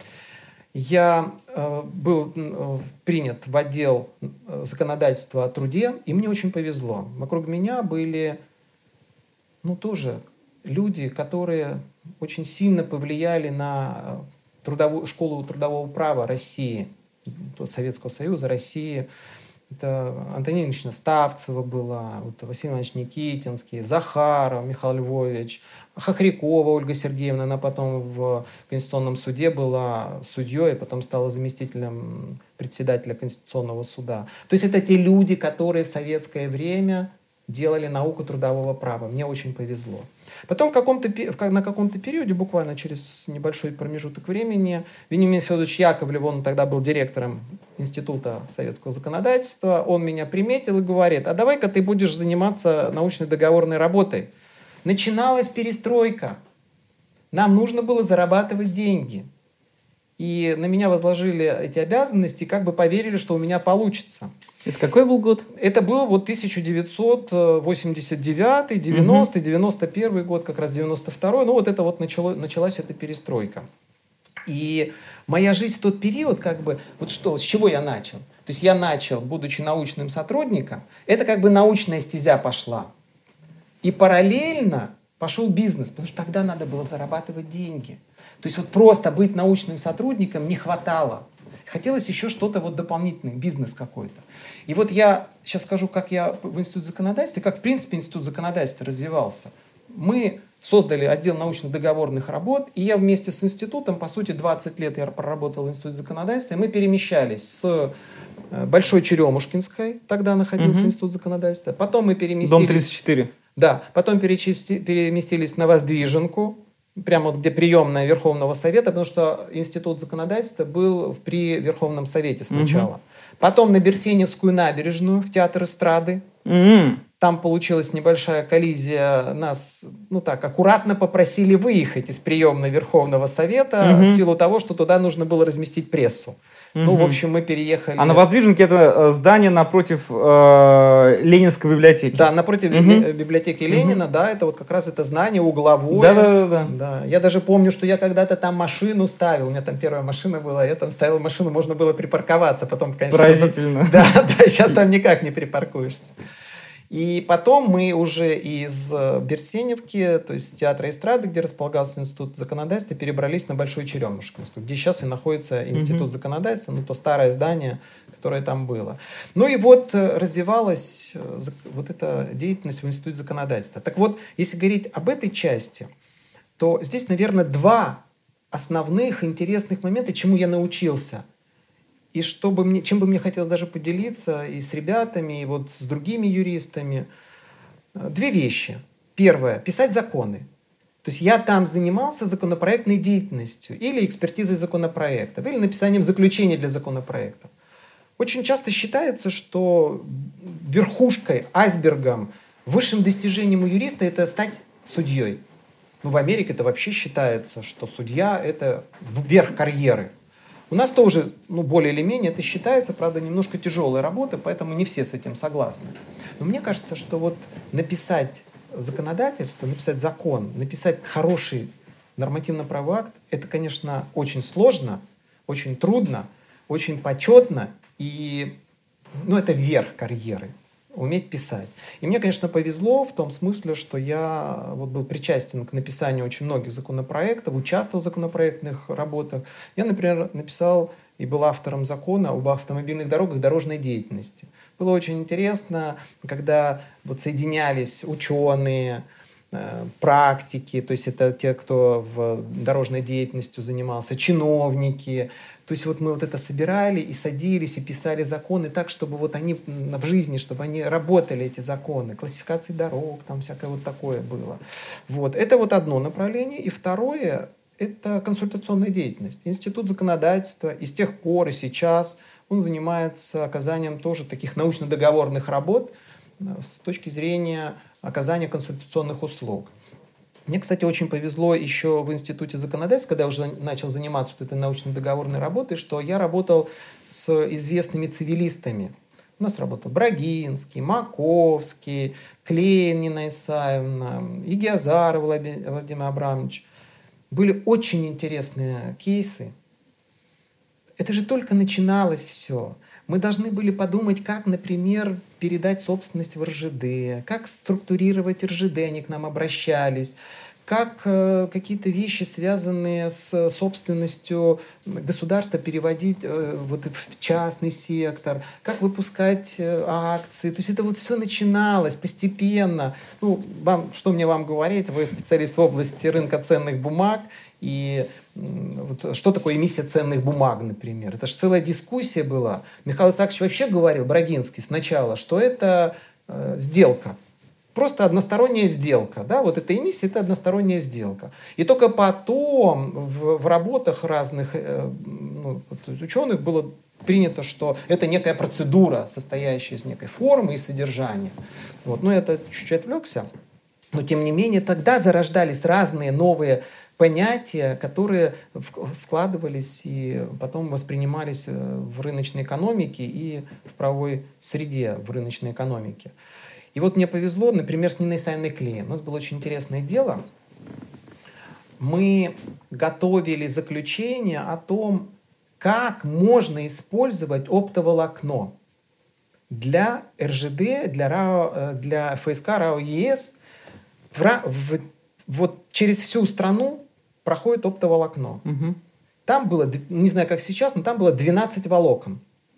Speaker 3: Я э, был э, принят в отдел законодательства о труде, и мне очень повезло. Вокруг меня были... ну, тоже люди, которые очень сильно повлияли на трудовую, школу трудового права России, Советского Союза, России. Это Антонина Ильична Ставцева была, вот Василий Иванович Никитинский, Захаров Михаил Львович, Хохрякова Ольга Сергеевна. Она потом в Конституционном суде была судьей, потом стала заместителем председателя Конституционного суда. То есть это те люди, которые в советское время делали науку трудового права. Мне очень повезло. Потом в каком-то, на каком-то периоде, буквально через небольшой промежуток времени, Вениамин Федорович Яковлев, он тогда был директором Института советского законодательства, он меня приметил и говорит: а давай-ка ты будешь заниматься научной договорной работой. Начиналась перестройка. Нам нужно было зарабатывать деньги. И на меня возложили эти обязанности, и как бы поверили, что у меня получится.
Speaker 2: Это какой был год?
Speaker 3: Это был вот тысяча девятьсот восемьдесят девятый, девяностый, девяносто первый год, как раз девяносто второй. Ну, вот это вот начало, началась эта перестройка. И моя жизнь в тот период, как бы, вот что, с чего я начал? То есть я начал, будучи научным сотрудником, это как бы научная стезя пошла. И параллельно пошел бизнес, потому что тогда надо было зарабатывать деньги. То есть вот просто быть научным сотрудником не хватало. Хотелось еще что-то вот дополнительное, бизнес какой-то. И вот я сейчас скажу, как я в Институте законодательства, как в принципе Институт законодательства развивался. Мы создали отдел научно-договорных работ, и я вместе с институтом, по сути, двадцать лет я проработал в Институте законодательства, и мы перемещались с Большой Черемушкинской, тогда находился угу. Институт законодательства, потом мы переместились...
Speaker 2: Дом тридцать четыре.
Speaker 3: Да, потом переместились на Воздвиженку, прямо вот где приемная Верховного Совета, потому что Институт законодательства был при Верховном Совете сначала. Угу. Потом на Берсеневскую набережную, в Театр эстрады. Угу. Там получилась небольшая коллизия. Нас, ну так, аккуратно попросили выехать из приемной Верховного Совета угу. в силу того, что туда нужно было разместить прессу. Угу. Ну, в общем, мы переехали...
Speaker 2: А на Воздвиженке это здание напротив э, Ленинской библиотеки?
Speaker 3: Да, напротив угу. библиотеки Ленина, угу. да, это вот как раз это здание угловое.
Speaker 2: Да, да, да,
Speaker 3: да. Я даже помню, что я когда-то там машину ставил, у меня там первая машина была, я там ставил машину, можно было припарковаться, потом, конечно...
Speaker 2: Поразительно.
Speaker 3: Да, да, сейчас там никак не припаркуешься. И потом мы уже из Берсеневки, то есть театра эстрады, где располагался Институт законодательства, перебрались на Большую Черемушкинскую, где сейчас и находится Институт mm-hmm. законодательства, ну, то старое здание, которое там было. Ну и вот развивалась вот эта деятельность в Институте законодательства. Так вот, если говорить об этой части, то здесь, наверное, два основных интересных момента, чему я научился. И чтобы мне, чем бы мне хотелось даже поделиться и с ребятами, и вот с другими юристами. Две вещи. Первое. Писать законы. То есть я там занимался законопроектной деятельностью или экспертизой законопроектов, или написанием заключений для законопроектов. Очень часто считается, что верхушкой, айсбергом, высшим достижением у юриста это стать судьей. Ну, в Америке это вообще считается, что судья — это верх карьеры. У нас тоже, ну, более или менее это считается, правда, немножко тяжелая работа, поэтому не все с этим согласны. Но мне кажется, что вот написать законодательство, написать закон, написать хороший нормативно-правовой акт, это, конечно, очень сложно, очень трудно, очень почетно, и, ну, это верх карьеры. Уметь писать. И мне, конечно, повезло в том смысле, что я вот был причастен к написанию очень многих законопроектов, участвовал в законопроектных работах. Я, например, написал и был автором закона об автомобильных дорогах дорожной деятельности. Было очень интересно, когда вот соединялись ученые, практики, то есть это те, кто в дорожной деятельностью занимался, чиновники. То есть вот мы вот это собирали и садились, и писали законы так, чтобы вот они в жизни, чтобы они работали, эти законы, классификации дорог, там всякое вот такое было. Вот. Это вот одно направление. И второе — это консультационная деятельность. Институт законодательства и с тех пор, и сейчас он занимается оказанием тоже таких научно-договорных работ с точки зрения оказания консультационных услуг. Мне, кстати, очень повезло еще в Институте законодательства, когда я уже начал заниматься вот этой научно-договорной работой, что я работал с известными цивилистами. У нас работал Брагинский, Маковский, Клейн Нина Исаевна, Егиазаров Владимир Абрамович. Были очень интересные кейсы. Это же только начиналось все. Мы должны были подумать, как, например, передать собственность в эр жэ дэ, как структурировать эр жэ дэ, они к нам обращались, как э, какие-то вещи, связанные с собственностью государства, переводить э, вот, в частный сектор, как выпускать э, акции. То есть это вот все начиналось постепенно. Ну, вам, что мне вам говорить, вы специалист в области рынка ценных бумаг, и вот, что такое эмиссия ценных бумаг, например? Это же целая дискуссия была. Михаил Исаакович вообще говорил, Брагинский сначала, что это э, сделка. Просто односторонняя сделка. Да? Вот эта эмиссия — это односторонняя сделка. И только потом в, в работах разных э, ну, ученых было принято, что это некая процедура, состоящая из некой формы и содержания. Вот. Но это чуть-чуть отвлекся. Но, тем не менее, тогда зарождались разные новые понятия, которые складывались и потом воспринимались в рыночной экономике и в правовой среде в рыночной экономике. И вот мне повезло, например, с Ниной Исаевной Клей. У нас было очень интересное дело. Мы готовили заключение о том, как можно использовать оптоволокно для эр жэ дэ, для, РАО, для эф эс ка РАО ЕС. В, в, вот через всю страну проходит оптоволокно. Угу. Там было, не знаю, как сейчас, но там было двенадцать волокон.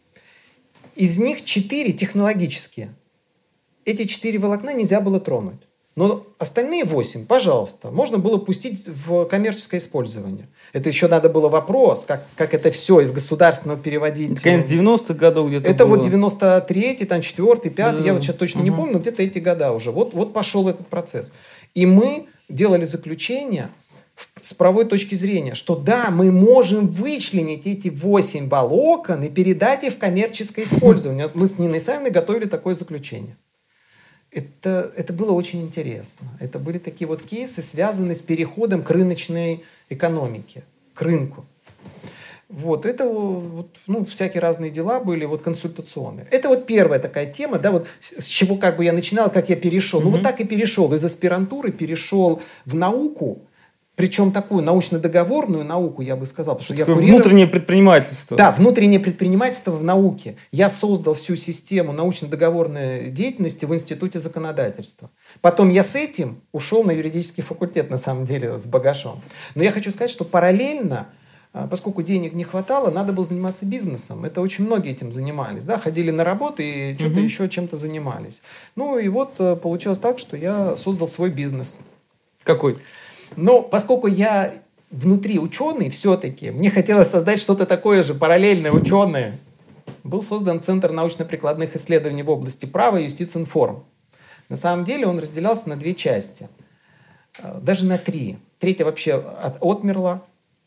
Speaker 3: Из них четыре технологические. Эти четыре волокна нельзя было тронуть. Но остальные восемь, пожалуйста, можно было пустить в коммерческое использование. Это еще надо было вопрос, как, как это все из государственного переводить.
Speaker 2: Это конец девяностых годов где-то
Speaker 3: Это
Speaker 2: было.
Speaker 3: Вот девяносто третий, там четвёртый, пятый,
Speaker 2: да.
Speaker 3: Я вот сейчас точно
Speaker 2: угу.
Speaker 3: не помню, но где-то эти года уже. Вот, вот пошел этот процесс. И мы делали заключение с правовой точки зрения, что да, мы можем вычленить эти восемь волокон и передать их в коммерческое использование. Мы с Ниной Исаевной готовили такое заключение. Это, это было очень интересно. Это были такие вот кейсы, связанные с переходом к рыночной экономике, к рынку. Вот, это вот, ну, всякие разные дела были, вот консультационные. Это вот первая такая тема, да, вот с чего как бы я начинал, как я перешел. Mm-hmm. Ну, вот так и перешел. Из аспирантуры перешел в науку, причем такую научно-договорную науку, я бы сказал. Потому что я курировал...
Speaker 2: Внутреннее предпринимательство.
Speaker 3: Да, внутреннее предпринимательство в науке. Я создал всю систему научно-договорной деятельности в Институте законодательства. Потом я с этим ушел на юридический факультет, на самом деле, с багажом. Но я хочу сказать, что параллельно, поскольку денег не хватало, надо было заниматься бизнесом. Это очень многие этим занимались. Да? Ходили на работу и что-то угу. еще чем-то занимались. Ну и вот получилось так, что я создал свой бизнес.
Speaker 2: Какой?
Speaker 3: Но поскольку я внутри ученый все-таки, мне хотелось создать что-то такое же, параллельное ученое. Был создан Центр научно-прикладных исследований в области права Юстицинформ. На самом деле он разделялся на две части. Даже на три. Третья вообще от, отмерла.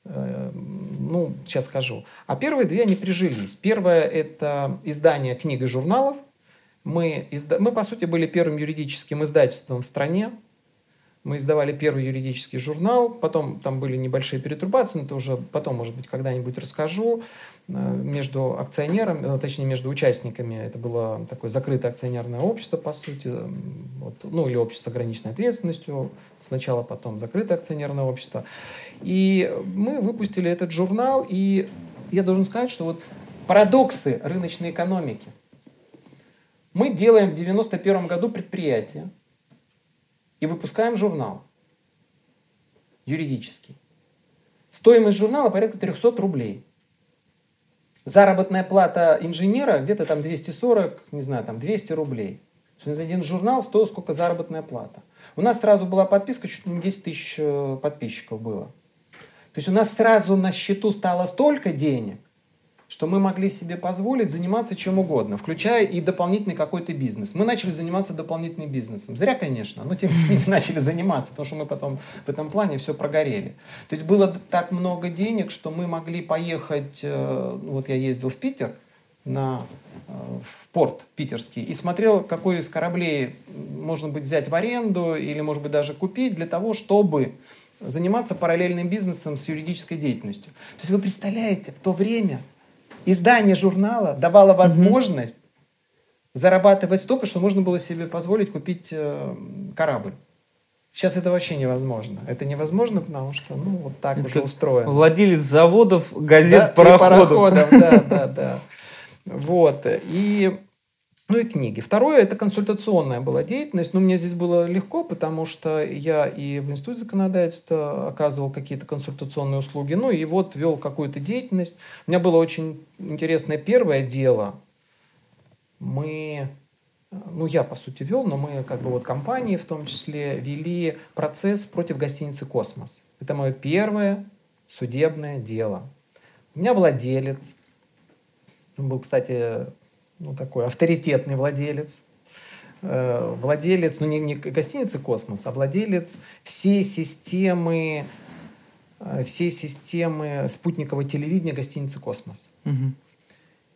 Speaker 3: Ну, сейчас скажу. А первые две, они прижились. Первое — это издание книг и журналов. Мы, изда... Мы, по сути, были первым юридическим издательством в стране. Мы издавали первый юридический журнал, потом там были небольшие перетрубации, но это уже потом, может быть, когда-нибудь расскажу. Между акционерами, точнее, между участниками, это было такое закрытое акционерное общество, по сути, вот, ну, или общество с ограниченной ответственностью, сначала, потом закрытое акционерное общество. И мы выпустили этот журнал, и я должен сказать, что вот парадоксы рыночной экономики. Мы делаем в девяносто первом году предприятие, и выпускаем журнал юридический. Стоимость журнала порядка триста рублей. Заработная плата инженера где-то там двести сорок, не знаю, там двести рублей. За один журнал стоил сколько заработная плата. У нас сразу была подписка, чуть ли не десять тысяч подписчиков было. То есть у нас сразу на счету стало столько денег, что мы могли себе позволить заниматься чем угодно, включая и дополнительный какой-то бизнес. Мы начали заниматься дополнительным бизнесом. Зря, конечно, но тем не менее начали заниматься, потому что мы потом в этом плане все прогорели. То есть было так много денег, что мы могли поехать, вот я ездил в Питер, на, в порт питерский, и смотрел, какой из кораблей можно быть взять в аренду или, может быть, даже купить для того, чтобы заниматься параллельным бизнесом с юридической деятельностью. То есть вы представляете, в то время издание журнала давало возможность mm-hmm. зарабатывать столько, что можно было себе позволить купить э, корабль. Сейчас это вообще невозможно. Это невозможно, потому что ну, вот так это уже устроено.
Speaker 2: Владелец заводов, газет,
Speaker 3: да,
Speaker 2: пароходов.
Speaker 3: пароходов. Да, да, да. Вот. И, ну и книги. Второе — это консультационная была деятельность. Но мне здесь было легко, потому что я и в Институте законодательства оказывал какие-то консультационные услуги. Ну и вот вел какую-то деятельность. У меня было очень интересное первое дело. Мы, ну я по сути вел, но мы как бы вот компании в том числе вели процесс против гостиницы «Космос». Это мое первое судебное дело. У меня владелец. Он был, кстати, ну, такой авторитетный владелец. Э, владелец, ну не, не гостиницы «Космос», а владелец всей системы, э, всей системы спутникового телевидения гостиницы «Космос». Угу.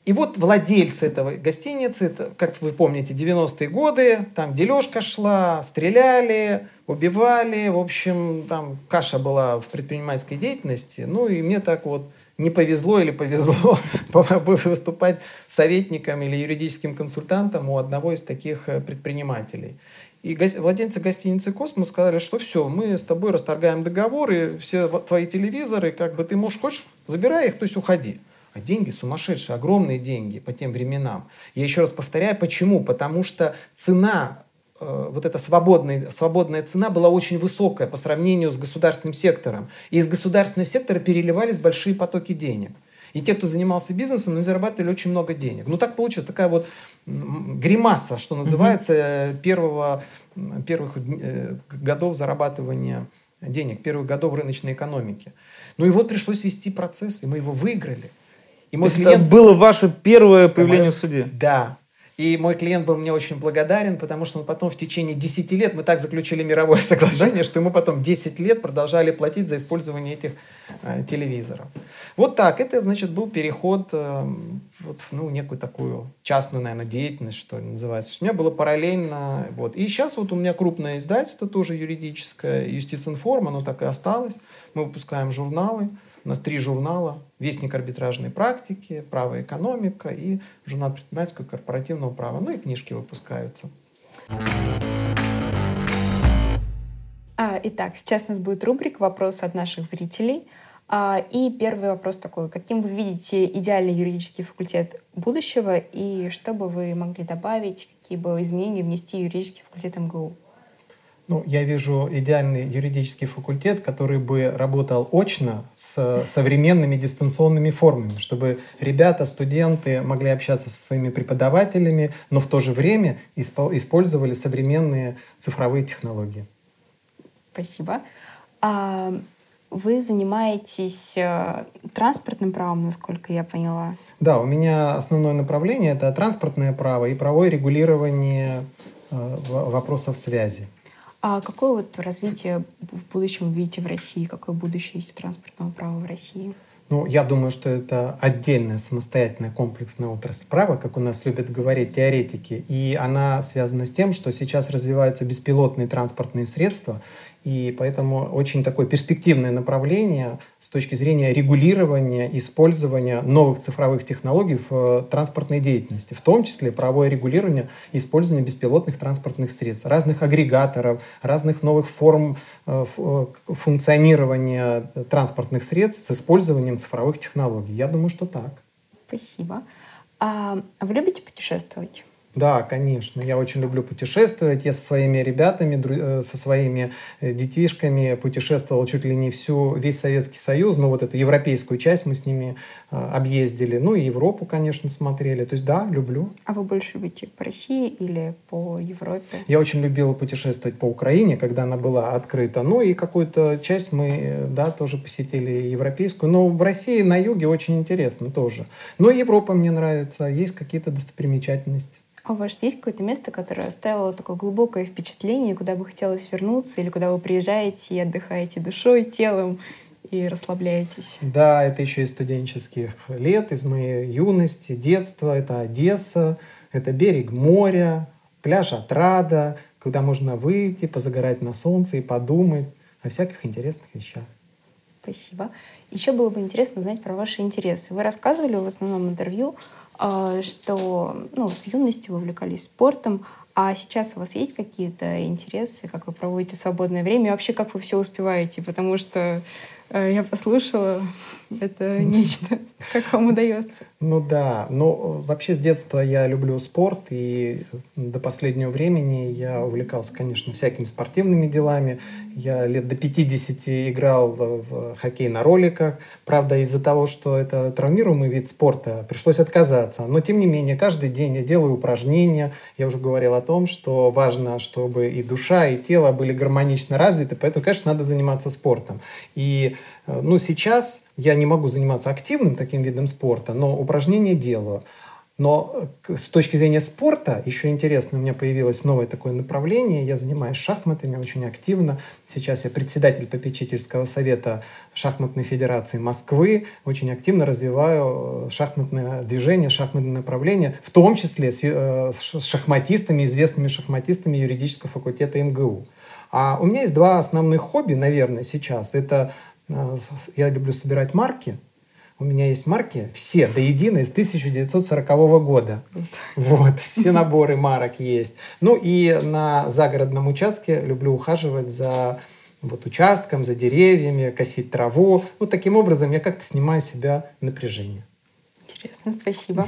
Speaker 3: И вот владельцы этого гостиницы, это, как вы помните, девяностые годы, там дележка шла, стреляли, убивали, в общем, там каша была в предпринимательской деятельности. Ну и мне так вот не повезло или повезло выступать советником или юридическим консультантом у одного из таких предпринимателей. И го- владельцы гостиницы «Космос» сказали, что все, мы с тобой расторгаем договор, и все твои телевизоры, как бы ты можешь, хочешь, забирай их, то есть уходи. А деньги сумасшедшие, огромные деньги по тем временам. Я еще раз повторяю, почему? Потому что цена, э, вот эта свободная, свободная цена была очень высокая по сравнению с государственным сектором. И из государственного сектора переливались большие потоки денег. И те, кто занимался бизнесом, они зарабатывали очень много денег. Ну так получилось, такая вот м, гримаса, что называется, mm-hmm. первого, первых э, годов зарабатывания денег, первых годов рыночной экономики. Ну и вот пришлось вести процесс, и мы его выиграли. И мой
Speaker 2: То есть
Speaker 3: клиент...
Speaker 2: это было ваше первое появление в суде?
Speaker 3: Да. И мой клиент был мне очень благодарен, потому что мы потом в течение десяти лет, мы так заключили мировое соглашение, что мы потом десять лет продолжали платить за использование этих э, телевизоров. Вот так. Это, значит, был переход э, вот, в ну, некую такую частную, наверное, деятельность, что ли, называется. У меня было параллельно... Вот. И сейчас вот у меня крупное издательство, тоже юридическое, Юстицинформ, оно так и осталось. Мы выпускаем журналы. У нас три журнала: «Вестник арбитражной практики», «Право и экономика» и журнал предпринимательского и корпоративного права. Ну и книжки выпускаются.
Speaker 1: А, итак, сейчас у нас будет рубрика «Вопросы от наших зрителей». А, и первый вопрос такой. Каким вы видите идеальный юридический факультет будущего и что бы вы могли добавить, какие бы изменения внести в юридический факультет эм гэ у?
Speaker 3: Ну, я вижу идеальный юридический факультет, который бы работал очно с современными дистанционными формами, чтобы ребята, студенты могли общаться со своими преподавателями, но в то же время испо- использовали современные цифровые технологии.
Speaker 1: Спасибо. А вы занимаетесь э, транспортным правом, насколько я поняла?
Speaker 3: Да, у меня основное направление — это транспортное право и правовое регулирование э, вопросов связи.
Speaker 1: А какое вот развитие в будущем вы видите в России? Какое будущее есть у транспортного права в России?
Speaker 3: Ну, я думаю, что это отдельная самостоятельная комплексная отрасль права, как у нас любят говорить теоретики. И она связана с тем, что сейчас развиваются беспилотные транспортные средства, и поэтому очень такое перспективное направление с точки зрения регулирования, использования новых цифровых технологий в транспортной деятельности, в том числе правовое регулирование использования беспилотных транспортных средств, разных агрегаторов, разных новых форм функционирования транспортных средств с использованием цифровых технологий. Я думаю, что так.
Speaker 1: Спасибо. А вы любите путешествовать?
Speaker 3: Да, конечно. Я очень люблю путешествовать. Я со своими ребятами, со своими детишками путешествовал чуть ли не всю, весь Советский Союз. Ну, вот эту европейскую часть мы с ними объездили. Ну, и Европу, конечно, смотрели. То есть, да, люблю.
Speaker 1: А вы больше любите по России или по Европе?
Speaker 3: Я очень любил путешествовать по Украине, когда она была открыта. Ну, и какую-то часть мы, да, тоже посетили европейскую. Но в России на юге очень интересно тоже. Но Европа мне нравится. Есть какие-то достопримечательности.
Speaker 1: А у вас есть какое-то место, которое оставило такое глубокое впечатление, куда бы хотелось вернуться, или куда вы приезжаете и отдыхаете душой, телом и расслабляетесь?
Speaker 3: Да, это еще из студенческих лет, из моей юности, детства. Это Одесса, это берег моря, пляж Отрада, куда можно выйти, позагорать на солнце и подумать о всяких интересных вещах.
Speaker 1: Спасибо. Еще было бы интересно узнать про ваши интересы. Вы рассказывали в основном интервью, что ну, в юности вы увлекались спортом, а сейчас у вас есть какие-то интересы, как вы проводите свободное время, и вообще как вы все успеваете, потому что э, я послушала, это нечто. Как вам удается?
Speaker 3: Ну да, но вообще с детства я люблю спорт, и до последнего времени я увлекался, конечно, всякими спортивными делами. Я лет до пятидесяти играл в, в хоккей на роликах. Правда, из-за того, что это травмируемый вид спорта, пришлось отказаться. Но, тем не менее, каждый день я делаю упражнения. Я уже говорил о том, что важно, чтобы и душа, и тело были гармонично развиты. Поэтому, конечно, надо заниматься спортом. И ну, сейчас я не могу заниматься активным таким видом спорта, но упражнения делаю. Но с точки зрения спорта еще интересно, у меня появилось новое такое направление. Я занимаюсь шахматами очень активно. Сейчас я председатель попечительского совета шахматной федерации Москвы. Очень активно развиваю шахматное движение, шахматное направление, в том числе с шахматистами, известными шахматистами юридического факультета эм гэ у. А у меня есть два основных хобби, наверное, сейчас. Это я люблю собирать марки. У меня есть марки все до единой с тысяча девятьсот сорокового года. Вот, все наборы марок есть. Ну и на загородном участке люблю ухаживать за вот, участком, за деревьями, косить траву. Ну, таким образом я как-то снимаю с себя напряжение.
Speaker 1: Интересно, спасибо.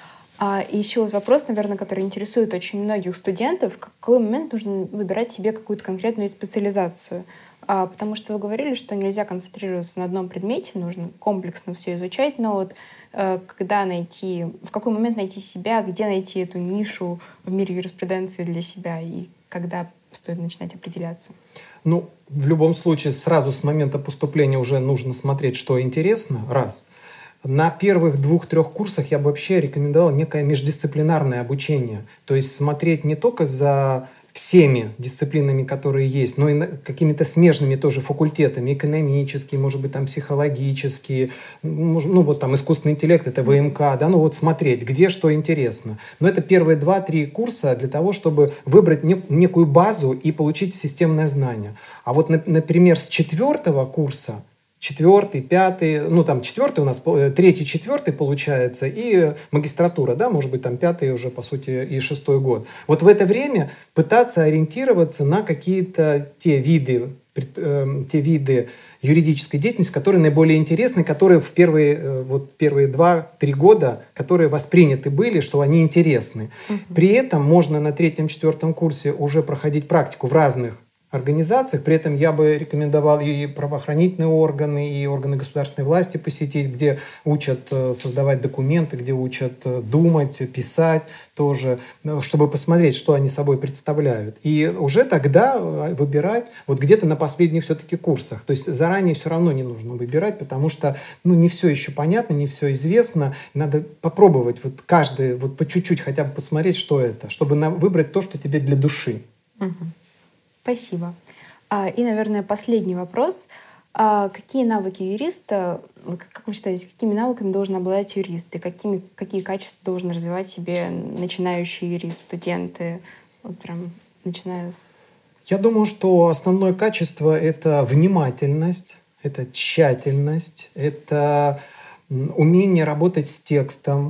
Speaker 1: А, и еще вот вопрос, наверное, который интересует очень многих студентов. В какой момент нужно выбирать себе какую-то конкретную специализацию? А, потому что вы говорили, что нельзя концентрироваться на одном предмете, нужно комплексно все изучать, но вот э, когда найти, в какой момент найти себя, где найти эту нишу в мире юриспруденции для себя и когда стоит начинать определяться?
Speaker 3: Ну, в любом случае, сразу с момента поступления уже нужно смотреть, что интересно, раз. На первых двух-трех курсах я бы вообще рекомендовал некое междисциплинарное обучение. То есть смотреть не только за всеми дисциплинами, которые есть, но и какими-то смежными тоже факультетами, экономические, может быть, там психологические, ну вот там искусственный интеллект, это вэ эм ка, да, ну вот смотреть, где что интересно. Но это первые два-три курса для того, чтобы выбрать некую базу и получить системное знание. А вот, например, с четвертого курса, четвертый, пятый, ну там четвертый у нас, третий, четвертый получается, и магистратура, да, может быть там пятый уже, по сути, и шестой год. Вот в это время пытаться ориентироваться на какие-то те виды, э, те виды юридической деятельности, которые наиболее интересны, которые в первые, вот, первые два-три года, которые восприняты были, что они интересны. Угу. При этом можно на третьем-четвертом курсе уже проходить практику в разных организациях. При этом я бы рекомендовал и правоохранительные органы, и органы государственной власти посетить, где учат создавать документы, где учат думать, писать тоже, чтобы посмотреть, что они собой представляют. И уже тогда выбирать вот где-то на последних все-таки курсах. То есть заранее все равно не нужно выбирать, потому что ну, не все еще понятно, не все известно. Надо попробовать вот каждый, вот по чуть-чуть хотя бы посмотреть, что это, чтобы на, выбрать то, что тебе для души.
Speaker 1: Угу. Спасибо. А, и, наверное, последний вопрос. А какие навыки юриста, как вы считаете, какими навыками должен обладать юрист? И какими, какие качества должен развивать себе начинающий юрист, студенты, вот прям начиная с...
Speaker 3: Я думаю, что основное качество — это внимательность, это тщательность, это умение работать с текстом,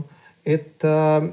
Speaker 3: это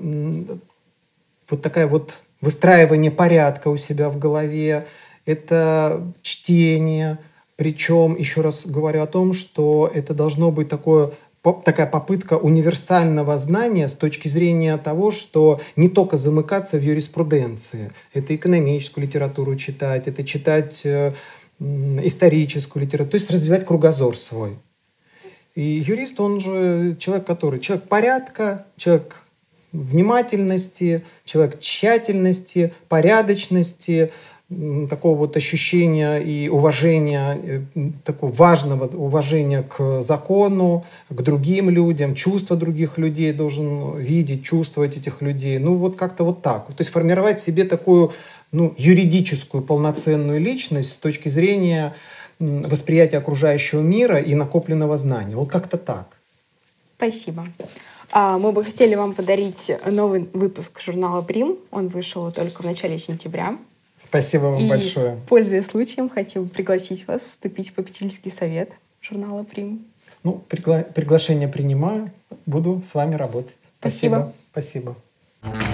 Speaker 3: вот такая вот выстраивание порядка у себя в голове, это чтение. Причем, еще раз говорю о том, что это должно быть такое, такая попытка универсального знания с точки зрения того, что не только замыкаться в юриспруденции. Это экономическую литературу читать, это читать э, историческую литературу, то есть развивать кругозор свой. И юрист, он же человек, который человек порядка, человек внимательности, человек тщательности, порядочности, такого вот ощущения и уважения, такого важного уважения к закону, к другим людям, чувства других людей должен видеть, чувствовать этих людей. Ну вот как-то вот так. То есть формировать в себе такую ну, юридическую полноценную личность с точки зрения восприятия окружающего мира и накопленного знания. Вот как-то так.
Speaker 1: Спасибо. Мы бы хотели вам подарить новый выпуск журнала «Прим». Он вышел только в начале сентября.
Speaker 3: Спасибо вам
Speaker 1: и,
Speaker 3: большое.
Speaker 1: Пользуясь случаем, хотел бы пригласить вас вступить в попечительский совет журнала «Прим».
Speaker 3: Ну, пригла- приглашение принимаю. Буду с вами работать. Спасибо.
Speaker 1: Спасибо.
Speaker 3: Спасибо.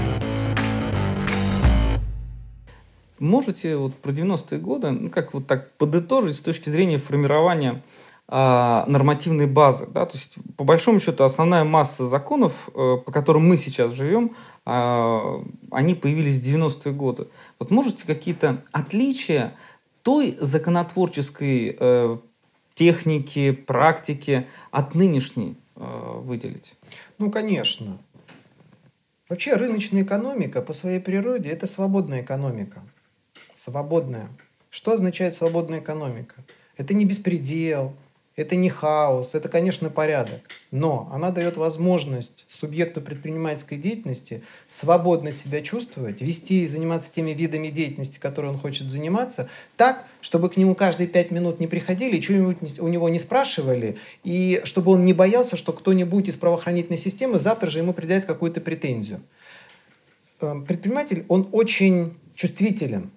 Speaker 2: Можете вот про девяностые годы, ну, как вот так подытожить с точки зрения формирования а, нормативной базы, да? То есть, по большому счету, основная масса законов, а, по которым мы сейчас живем, а, они появились в девяностые годы. Вот можете какие-то отличия той законотворческой э, техники, практики от нынешней э, выделить?
Speaker 3: Ну, конечно. Вообще рыночная экономика по своей природе – это свободная экономика. Свободная. Что означает свободная экономика? Это не беспредел, это не хаос, это, конечно, порядок. Но она дает возможность субъекту предпринимательской деятельности свободно себя чувствовать, вести и заниматься теми видами деятельности, которые он хочет заниматься, так, чтобы к нему каждые пять минут не приходили и что-нибудь у него не спрашивали, и чтобы он не боялся, что кто-нибудь из правоохранительной системы завтра же ему предъявит какую-то претензию. Предприниматель, он очень чувствителен.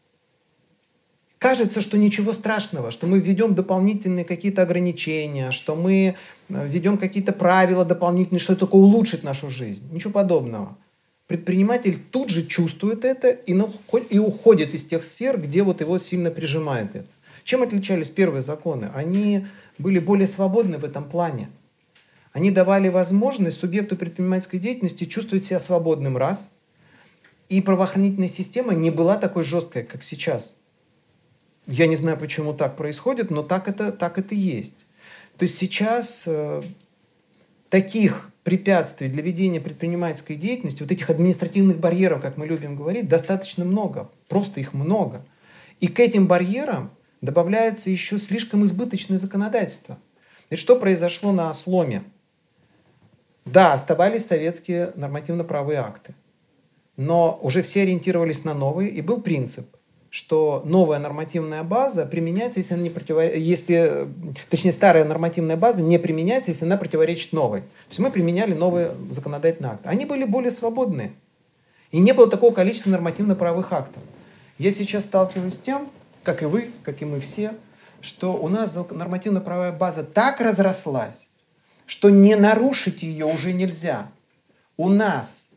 Speaker 3: Кажется, что ничего страшного, что мы введем дополнительные какие-то ограничения, что мы введем какие-то правила дополнительные, что это такое улучшит нашу жизнь. Ничего подобного. Предприниматель тут же чувствует это и, и уходит из тех сфер, где вот его сильно прижимает это. Чем отличались первые законы? Они были более свободны в этом плане. Они давали возможность субъекту предпринимательской деятельности чувствовать себя свободным, раз. И правоохранительная система не была такой жесткой, как сейчас. Я не знаю, почему так происходит, но так это, так это есть. То есть сейчас э, таких препятствий для ведения предпринимательской деятельности, вот этих административных барьеров, как мы любим говорить, достаточно много. Просто их много. И к этим барьерам добавляется еще слишком избыточное законодательство. И что произошло на сломе? Да, оставались советские нормативно-правовые акты. Но уже все ориентировались на новые, и был принцип, что новая нормативная база применяется, если она не противоречит, если, точнее, старая нормативная база не применяется, если она противоречит новой. То есть мы применяли новые законодательные акты. Они были более свободные. И не было такого количества нормативно-правовых актов. Я сейчас сталкиваюсь с тем, как и вы, как и мы все, что у нас нормативно-правовая база так разрослась, что не нарушить ее уже нельзя. У нас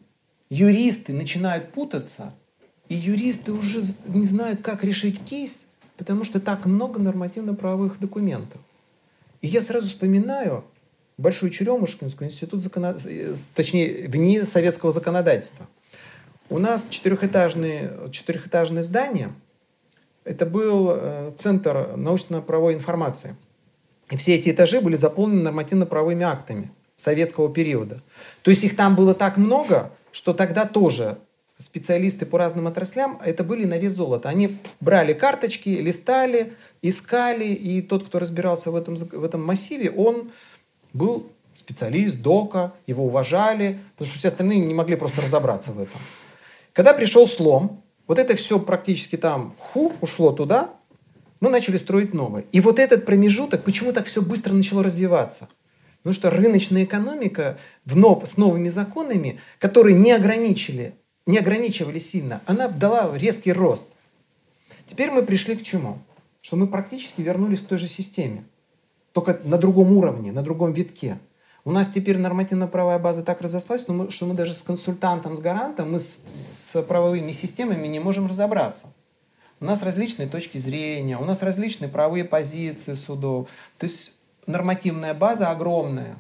Speaker 3: юристы начинают путаться, и юристы уже не знают, как решить кейс, потому что так много нормативно-правовых документов. И я сразу вспоминаю Большую Черемушкинскую институт законодательства, точнее, вне советского законодательства. У нас четырехэтажное, четырехэтажное здание, это был центр научно-правовой информации. И все эти этажи были заполнены нормативно-правовыми актами советского периода. То есть их там было так много, что тогда тоже специалисты по разным отраслям, это были на вес золота. Они брали карточки, листали, искали, и тот, кто разбирался в этом, в этом массиве, он был специалист, дока, его уважали, потому что все остальные не могли просто разобраться в этом. Когда пришел слом, вот это все практически там ху, ушло туда, мы начали строить новое. И вот этот промежуток, почему так все быстро начало развиваться? Потому что рыночная экономика в нов, с новыми законами, которые не ограничили, не ограничивали сильно, она дала резкий рост. Теперь мы пришли к чему? Что мы практически вернулись к той же системе, только на другом уровне, на другом витке. У нас теперь нормативно-правовая база так разослась, что мы, что мы даже с консультантом, с гарантом, мы с, с правовыми системами не можем разобраться. У нас различные точки зрения, у нас различные правовые позиции судов. То есть нормативная база огромная.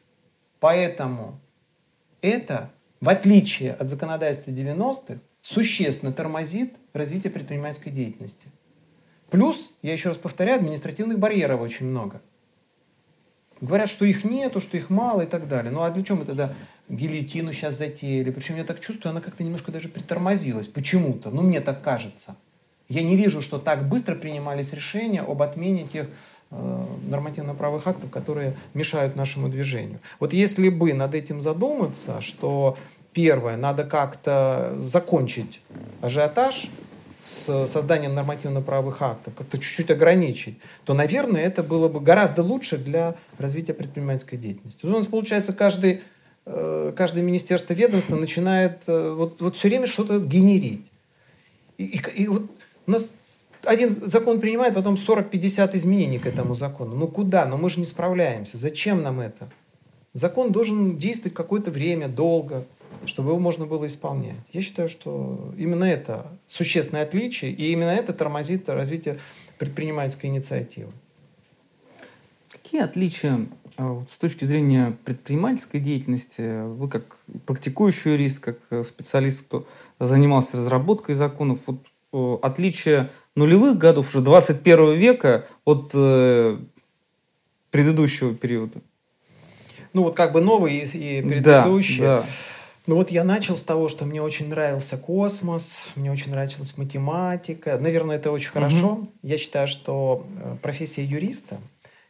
Speaker 3: Поэтому это, в отличие от законодательства девяностых, существенно тормозит развитие предпринимательской деятельности. Плюс, я еще раз повторяю, административных барьеров очень много. Говорят, что их нету, что их мало и так далее. Ну а для чего мы тогда гильотину сейчас затеяли? Причем я так чувствую, она как-то немножко даже притормозилась. Почему-то. Ну мне так кажется. Я не вижу, что так быстро принимались решения об отмене тех э, нормативно-правовых актов, которые мешают нашему движению. Вот если бы над этим задуматься, что первое, надо как-то закончить ажиотаж с созданием нормативно-правовых актов, как-то чуть-чуть ограничить, то, наверное, это было бы гораздо луше для развития предпринимательской деятельности. У нас, получается, каждый, э, каждое министерство, ведомство начинает э, вот, вот все время что-то генерить. И, и, и вот у нас один закон принимает, потом сорок-пятьдесят изменений к этому закону. Ну куда? Ну мы же не справляемся. Зачем нам это? Закон должен действовать какое-то время, долго, чтобы его можно было исполнять. Я считаю, что именно это существенное отличие, и именно это тормозит развитие предпринимательской инициативы.
Speaker 2: Какие отличия с точки зрения предпринимательской деятельности, вы как практикующий юрист, как специалист, кто занимался разработкой законов, вот, отличия нулевых годов, уже двадцать первого века от э, предыдущего периода?
Speaker 3: Ну вот как бы новый и, и предыдущий.
Speaker 2: Да, да.
Speaker 3: Ну вот я начал с того, что мне очень нравился космос, мне очень нравилась математика. Наверное, это очень хорошо. Mm-hmm. Я считаю, что профессия юриста –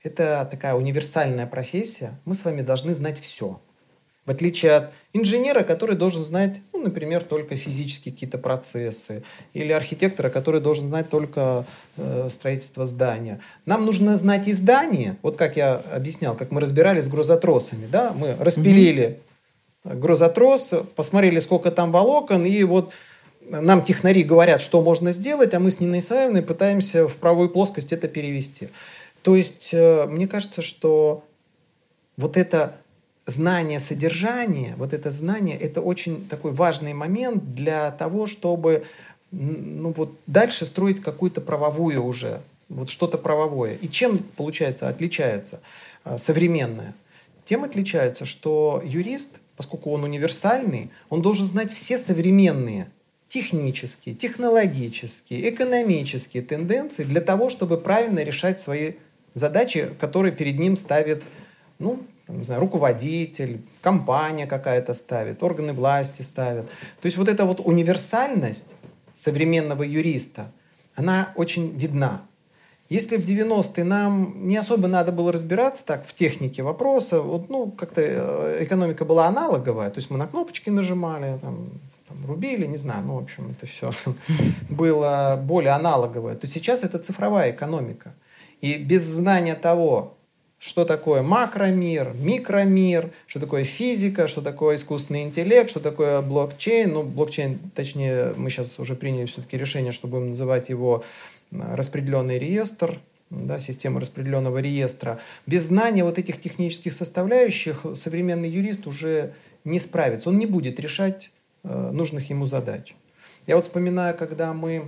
Speaker 3: это такая универсальная профессия. Мы с вами должны знать все. В отличие от инженера, который должен знать, ну, например, только физические какие-то процессы, или архитектора, который должен знать только э, строительство здания. Нам нужно знать и здание, вот как я объяснял, как мы разбирались с грузотросами. Да? Мы распилили mm-hmm. грузотрос, посмотрели, сколько там волокон, и вот нам технари говорят, что можно сделать, а мы с Ниной Исаевной пытаемся в правую плоскость это перевести. То есть, э, мне кажется, что вот это знание содержания, вот это знание, это очень такой важный момент для того, чтобы ну, вот дальше строить какую-то правовую уже, вот что-то правовое. И чем, получается, отличается а, современное? Тем отличается, что юрист, поскольку он универсальный, он должен знать все современные технические, технологические, экономические тенденции для того, чтобы правильно решать свои задачи, которые перед ним ставит, ну, не знаю, руководитель, компания какая-то ставит, органы власти ставят. То есть вот эта вот универсальность современного юриста, она очень видна. Если в девяностые нам не особо надо было разбираться так в технике вопроса, вот, ну, как-то экономика была аналоговая, то есть мы на кнопочки нажимали, там, там, рубили, не знаю, ну, в общем, это все было более аналоговое, то сейчас это цифровая экономика. И без знания того, что такое макромир, микромир, что такое физика, что такое искусственный интеллект, что такое блокчейн. Ну, блокчейн, точнее, мы сейчас уже приняли все-таки решение, что будем называть его распределенный реестр, да, система распределенного реестра. Без знания вот этих технических составляющих современный юрист уже не справится. Он не будет решать э, нужных ему задач. Я вот вспоминаю, когда мы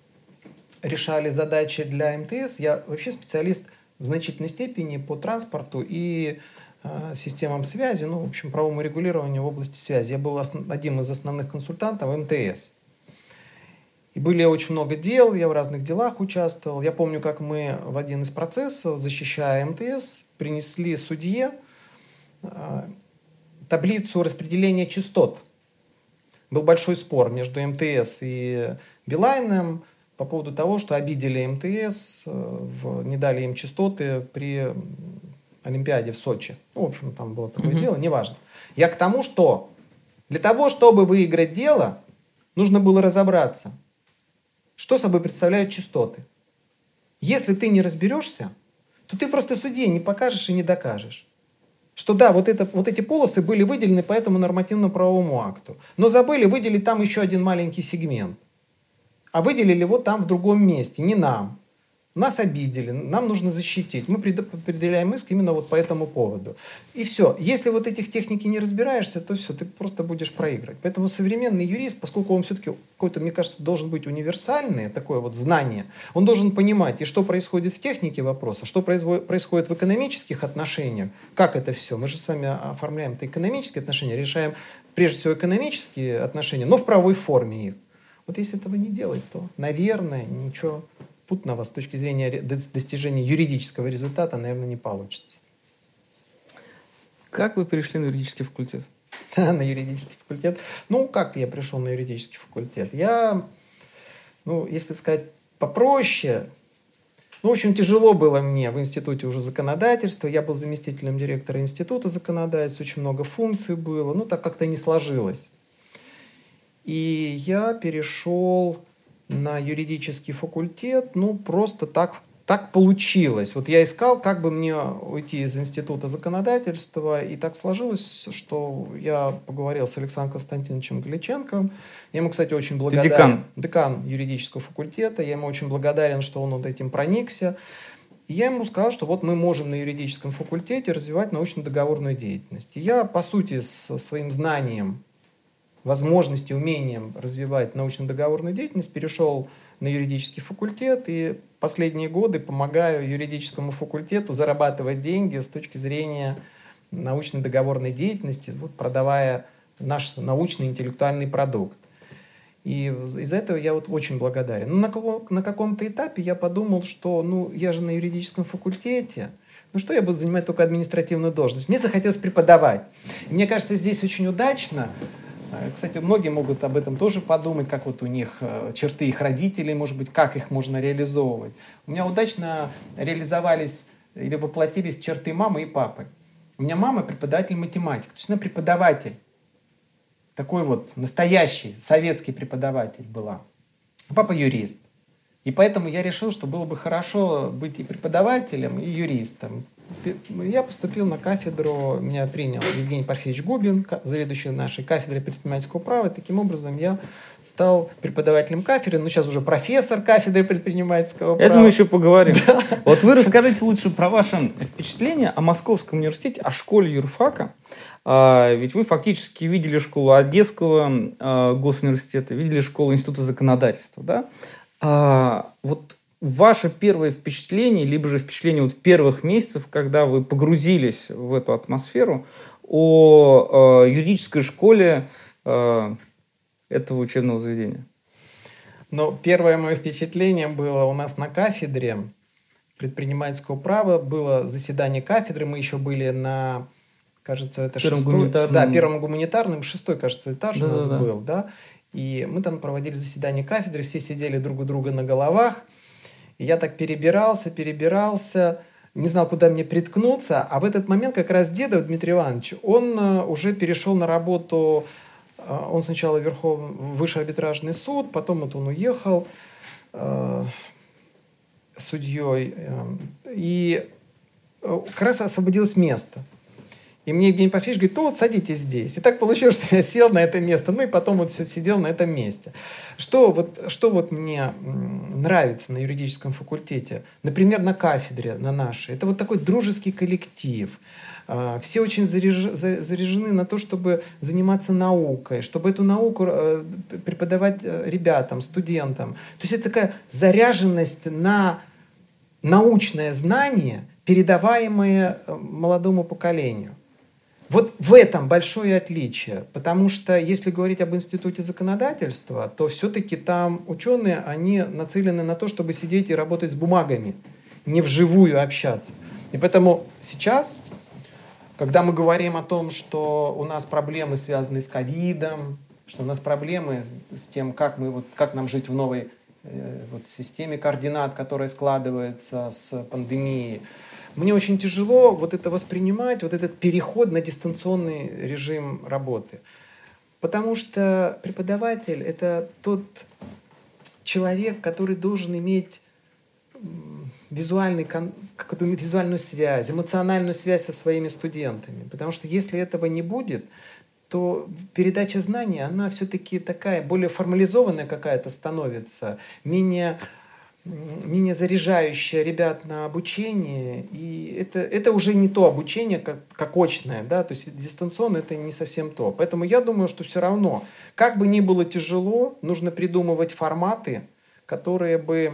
Speaker 3: решали задачи для эм тэ эс, я вообще специалист в значительной степени по транспорту и э, системам связи, ну, в общем, правовому регулированию в области связи. Я был основ, одним из основных консультантов эм тэ эс. И были очень много дел, я в разных делах участвовал. Я помню, как мы в один из процессов, защищая эм тэ эс, принесли судье э, таблицу распределения частот. Был большой спор между эм тэ эс и Билайном по поводу того, что обидели эм тэ эс, в, не дали им частоты при Олимпиаде в Сочи. Ну, в общем, там было такое mm-hmm. дело, неважно. Я к тому, что для того, чтобы выиграть дело, нужно было разобраться, что собой представляют частоты. Если ты не разберешься, то ты просто судье не покажешь и не докажешь. Что да, вот, это, вот эти полосы были выделены по этому нормативно-правовому акту. Но забыли выделить там еще один маленький сегмент. А выделили вот там в другом месте, не нам. Нас обидели, нам нужно защитить. Мы предъявляем иск именно вот по этому поводу. И все. Если вот этих техники не разбираешься, то все, ты просто будешь проигрывать. Поэтому современный юрист, поскольку он все-таки какой-то, мне кажется, должен быть универсальный, такое вот знание, он должен понимать, и что происходит в технике вопроса, что происходит в экономических отношениях, как это все. Мы же с вами оформляем это экономические отношения, решаем прежде всего экономические отношения, но в правовой форме их. Вот если этого не делать, то, наверное, ничего путного с точки зрения достижения юридического результата, наверное, не получится.
Speaker 2: Как вы перешли на юридический факультет?
Speaker 3: На юридический факультет? Ну, как я пришел на юридический факультет? Я, ну, если сказать попроще, ну, в общем, тяжело было мне в институте уже законодательства. Я был заместителем директора института законодательства, очень много функций было. Ну, так как-то не сложилось. И я перешел на юридический факультет, ну, просто так, так получилось. Вот я искал, как бы мне уйти из института законодательства, и так сложилось, что я поговорил с Александром Константиновичем Галиченковым. Я ему, кстати, очень благодарен.
Speaker 2: Ты декан?
Speaker 3: Декан юридического факультета. Я ему очень благодарен, что он вот этим проникся. И я ему сказал, что вот мы можем на юридическом факультете развивать научно-договорную деятельность. И я, по сути, со своим знанием, возможности, умением развивать научно-договорную деятельность, перешел на юридический факультет и последние годы помогаю юридическому факультету зарабатывать деньги с точки зрения научно-договорной деятельности, вот, продавая наш научный интеллектуальный продукт. И из-за этого я вот очень благодарен. Но на, каком, на каком-то этапе я подумал, что ну, я же на юридическом факультете, ну что я буду занимать только административную должность? Мне захотелось преподавать. И мне кажется, здесь очень удачно. Кстати, многие могут об этом тоже подумать, как вот у них черты их родителей, может быть, как их можно реализовывать. У меня удачно реализовались или воплотились черты мамы и папы. У меня мама преподаватель математики, то есть она преподаватель. Такой вот настоящий советский преподаватель была. Папа юрист. И поэтому я решил, что было бы хорошо быть и преподавателем, и юристом. Я поступил на кафедру, меня принял Евгений Порфирьевич Губин, заведующий нашей кафедрой предпринимательского права. И таким образом я стал преподавателем кафедры, ну сейчас уже профессор кафедры предпринимательского права.
Speaker 2: Это мы еще поговорим. Да. Вот вы расскажите лучше про ваши впечатления о Московском университете, о школе юрфака. А, ведь вы фактически видели школу Одесского а, госуниверситета, видели школу Института законодательства, да? А, вот ваше первое впечатление, либо же впечатление вот первых месяцев, когда вы погрузились в эту атмосферу, о э, юридической школе э, этого учебного заведения?
Speaker 3: Ну, первое мое впечатление было у нас на кафедре предпринимательского права. Было заседание кафедры, мы еще были на, кажется, это
Speaker 2: первым
Speaker 3: шестой...
Speaker 2: гуманитарным.
Speaker 3: Да, первым гуманитарным, шестой, кажется, этаж да, у нас
Speaker 2: да,
Speaker 3: был, да. И мы там проводили заседание кафедры, все сидели друг у друга на головах. И я так перебирался, перебирался, не знал, куда мне приткнуться. А в этот момент как раз Дедов Дмитрий Иванович, он уже перешел на работу, он сначала в Верховный, Высший арбитражный суд, потом вот он уехал э, судьей. Э, и как раз освободилось место. И мне Евгений Порфирьевич говорит, ну вот садитесь здесь. И так получилось, что я сел на это место, ну и потом вот все сидел на этом месте. Что вот, что вот мне нравится на юридическом факультете, например, на кафедре, на нашей, это вот такой дружеский коллектив. Все очень заряж... заряжены на то, чтобы заниматься наукой, чтобы эту науку преподавать ребятам, студентам. То есть это такая заряженность на научное знание, передаваемое молодому поколению. Вот в этом большое отличие, потому что если говорить об институте законодательства, то все-таки там ученые, они нацелены на то, чтобы сидеть и работать с бумагами, не вживую общаться. И поэтому сейчас, когда мы говорим о том, что у нас проблемы, связанные с ковидом, что у нас проблемы с, с тем, как, мы, вот, как нам жить в новой э, вот, системе координат, которая складывается с пандемией, мне очень тяжело вот это воспринимать, вот этот переход на дистанционный режим работы. Потому что преподаватель – это тот человек, который должен иметь визуальный, какую-то визуальную связь, эмоциональную связь со своими студентами. Потому что если этого не будет, то передача знаний, она все-таки такая, более формализованная какая-то становится, менее... менее заряжающая ребят на обучение, и это, это уже не то обучение, как, как очное, да, то есть дистанционно это не совсем то. Поэтому я думаю, что все равно, как бы ни было тяжело, нужно придумывать форматы, которые бы,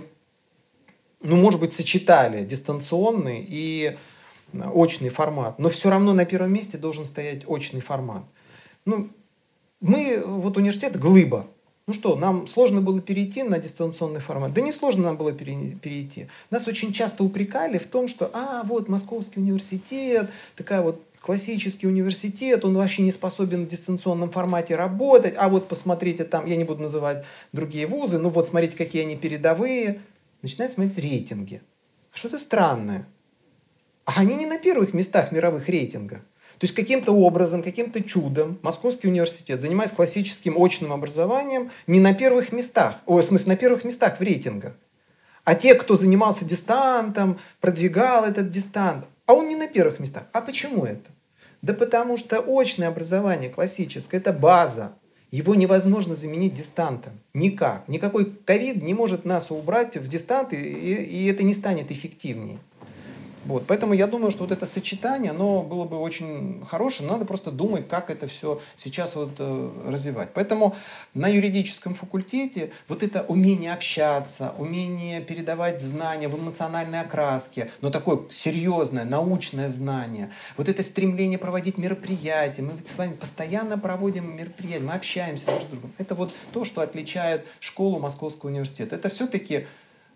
Speaker 3: ну, может быть, сочетали дистанционный и очный формат, но все равно на первом месте должен стоять очный формат. Ну, мы, вот университет глыба. Ну что, нам сложно было перейти на дистанционный формат? Да не сложно нам было перейти. Нас очень часто упрекали в том, что, а, вот Московский университет, такая вот классический университет, он вообще не способен в дистанционном формате работать, а вот посмотрите там, я не буду называть другие вузы, ну вот смотрите, какие они передовые. Начинают смотреть рейтинги. А что-то странное. А они не на первых местах в мировых рейтингах. То есть каким-то образом, каким-то чудом Московский университет, занимаясь классическим очным образованием, не на первых местах, ой, в смысле, на первых местах в рейтингах. А те, кто занимался дистантом, продвигал этот дистант, а он не на первых местах. А почему это? Да потому что очное образование классическое – это база. Его невозможно заменить дистантом. Никак. Никакой ковид не может нас убрать в дистант, и, и это не станет эффективнее. Вот. Поэтому я думаю, что вот это сочетание, оно было бы очень хорошим. Надо просто думать, как это все сейчас вот, э, развивать. Поэтому на юридическом факультете вот это умение общаться, умение передавать знания в эмоциональной окраске, но такое серьезное, научное знание, вот это стремление проводить мероприятия. Мы ведь с вами постоянно проводим мероприятия, мы общаемся друг с другом. Это вот то, что отличает школу Московского университета. Это все-таки...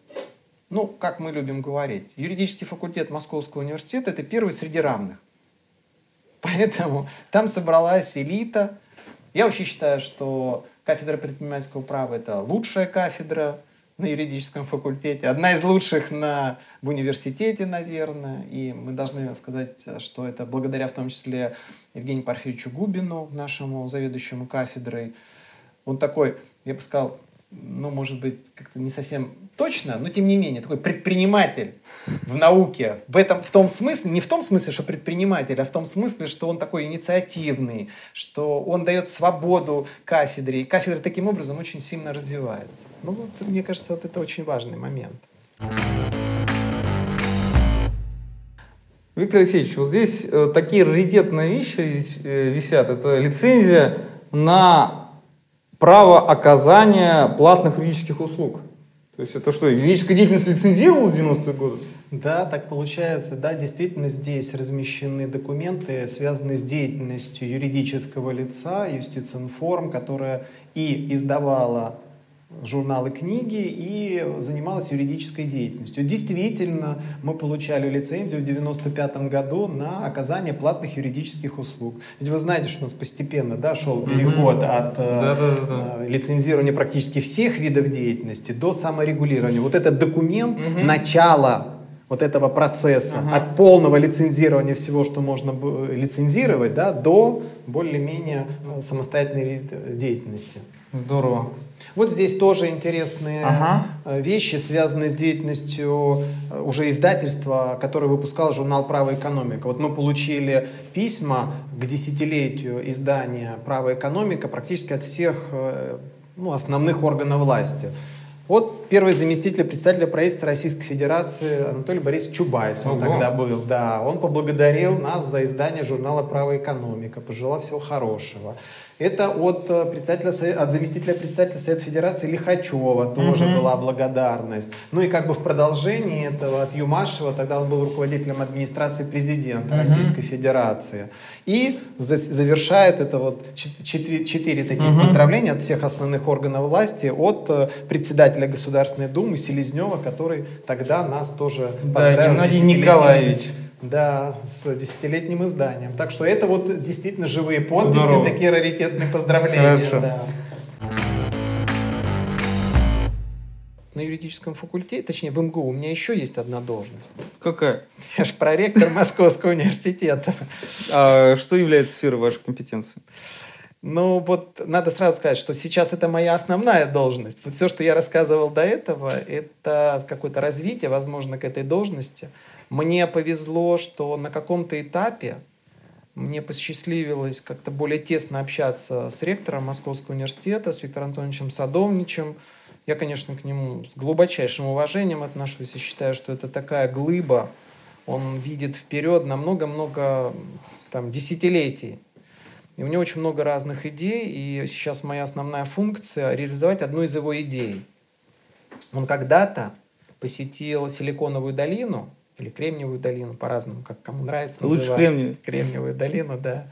Speaker 3: Ну, как мы любим говорить, юридический факультет Московского университета – это первый среди равных. Поэтому там собралась элита. Я вообще считаю, что кафедра предпринимательского права – это лучшая кафедра на юридическом факультете, одна из лучших на, в университете, наверное. И мы должны сказать, что это благодаря в том числе Евгению Порфирьевичу Губину, нашему заведующему кафедрой. Он такой, я бы сказал, ну, может быть, как-то не совсем точно, но тем не менее, такой предприниматель в науке. В этом, в том смысле, не в том смысле, что предприниматель, а в том смысле, что он такой инициативный, что он дает свободу кафедре, и кафедра таким образом очень сильно развивается. Ну, вот, мне кажется, вот это очень важный момент.
Speaker 2: Виктор Алексеевич, вот здесь э, такие раритетные вещи э, висят. Это лицензия на право оказания платных юридических услуг. То есть это что, юридическая деятельность лицензировалась в девяностые годы?
Speaker 3: Да, так получается. Да, действительно, здесь размещены документы, связанные с деятельностью юридического лица, Юстицинформ, которая и издавала журналы, книги и занималась юридической деятельностью. Действительно, мы получали лицензию в девяносто пятом году на оказание платных юридических услуг. Ведь вы знаете, что у нас постепенно, да, шел переход mm-hmm. от да, да, да. Э, лицензирования практически всех видов деятельности до саморегулирования. Вот этот документ, mm-hmm. начало вот этого процесса, uh-huh. от полного лицензирования всего, что можно лицензировать, да, до более-менее самостоятельной вид деятельности.
Speaker 2: Здорово.
Speaker 3: Вот здесь тоже интересные ага. вещи, связанные с деятельностью уже издательства, которое выпускал журнал «Право и экономика». Вот мы получили письма к десятилетию издания «Право и экономика» практически от всех ну, основных органов власти. Вот первый заместитель председателя правительства Российской Федерации Анатолий Борисович Чубайс, он Ого. тогда был, да, он поблагодарил нас за издание журнала «Право и экономика», пожелал всего хорошего. Это от, председателя, от заместителя председателя Совета Федерации Лихачева тоже mm-hmm. была благодарность. Ну и как бы в продолжении этого от Юмашева, тогда он был руководителем администрации президента mm-hmm. Российской Федерации. И за, завершает это вот четыре, четыре таких mm-hmm. поздравления от всех основных органов власти, от председателя Государственной Думы Селезнева, который тогда нас тоже поздравил.
Speaker 2: Да, Геннадий Николаевич.
Speaker 3: Да, с десятилетним изданием. Так что это вот действительно живые подписи,
Speaker 2: Здорово.
Speaker 3: Такие раритетные поздравления.
Speaker 2: Хорошо.
Speaker 3: Да. На юридическом факультете, точнее в эм гэ у, у меня еще есть одна должность.
Speaker 2: Какая?
Speaker 3: Я же проректор Московского университета.
Speaker 2: А что является сферой вашей компетенции?
Speaker 3: Ну вот надо сразу сказать, что сейчас это моя основная должность. Вот все, что я рассказывал до этого, это какое-то развитие, возможно, к этой должности. Мне повезло, что на каком-то этапе мне посчастливилось как-то более тесно общаться с ректором Московского университета, с Виктором Антоновичем Садовничем. Я, конечно, к нему с глубочайшим уважением отношусь и считаю, что это такая глыба. Он видит вперед на много-много там, десятилетий. И у него очень много разных идей, и сейчас моя основная функция — реализовать одну из его идей. Он когда-то посетил Силиконовую долину, или Кремниевую долину, по-разному, как кому нравится.
Speaker 2: Лучше Кремниевую.
Speaker 3: Кремниевую долину, да.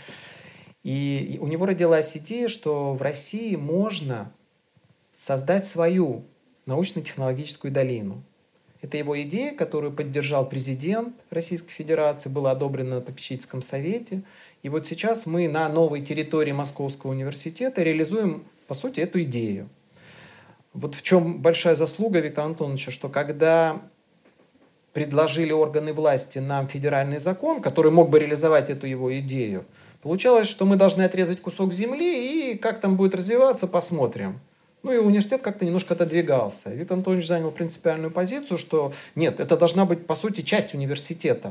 Speaker 3: И у него родилась идея, что в России можно создать свою научно-технологическую долину. Это его идея, которую поддержал президент Российской Федерации, была одобрена на попечительском совете. И вот сейчас мы на новой территории Московского университета реализуем, по сути, эту идею. Вот в чем большая заслуга Виктора Антоновича, что когда предложили органы власти нам федеральный закон, который мог бы реализовать эту его идею, получалось, что мы должны отрезать кусок земли, и как там будет развиваться, посмотрим. Ну и университет как-то немножко отодвигался. Виктор Антонович занял принципиальную позицию, что нет, это должна быть, по сути, часть университета.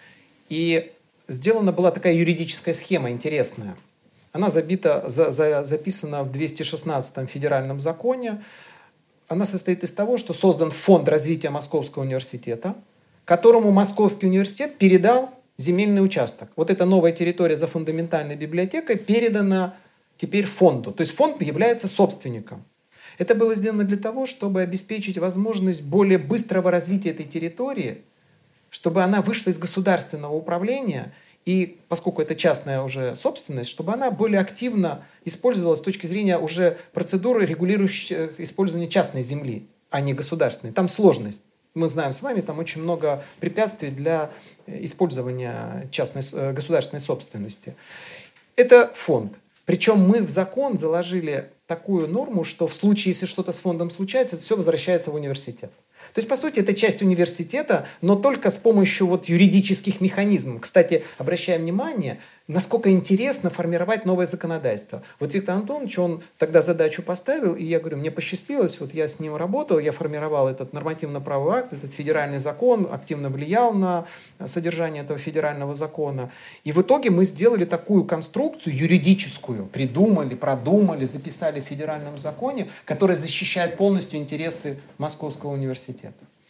Speaker 3: И сделана была такая юридическая схема интересная. Она забита, за, за, записана в двести шестнадцатом федеральном законе. Она состоит из того, что создан фонд развития Московского университета, которому Московский университет передал земельный участок. Вот эта новая территория за фундаментальной библиотекой передана теперь фонду. То есть фонд является собственником. Это было сделано для того, чтобы обеспечить возможность более быстрого развития этой территории, чтобы она вышла из государственного управления, и поскольку это частная уже собственность, чтобы она более активно использовалась с точки зрения уже процедуры, регулирующей использование частной земли, а не государственной. Там сложность. Мы знаем с вами, там очень много препятствий для использования частной, государственной собственности. Это фонд. Причем мы в закон заложили такую норму, что в случае, если что-то с фондом случается, это все возвращается в университет. То есть, по сути, это часть университета, но только с помощью вот юридических механизмов. Кстати, обращаем внимание, насколько интересно формировать новое законодательство. Вот Виктор Антонович, он тогда задачу поставил, и я говорю, мне посчастливилось, вот я с ним работал, я формировал этот нормативно-правовой акт, этот федеральный закон, активно влиял на содержание этого федерального закона. И в итоге мы сделали такую конструкцию юридическую, придумали, продумали, записали в федеральном законе, которая защищает полностью интересы Московского университета.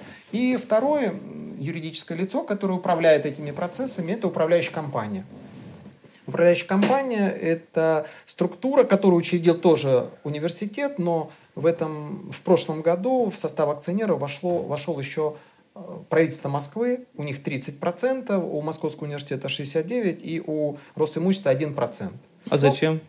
Speaker 3: И второе юридическое лицо, которое управляет этими процессами, это управляющая компания. Управляющая компания – это структура, которую учредил тоже университет, но в, этом, в прошлом году в состав акционеров вошло, вошел еще правительство Москвы, у них тридцать процентов, у Московского университета шестьдесят девять процентов и у Росимущества один процент.
Speaker 2: А зачем?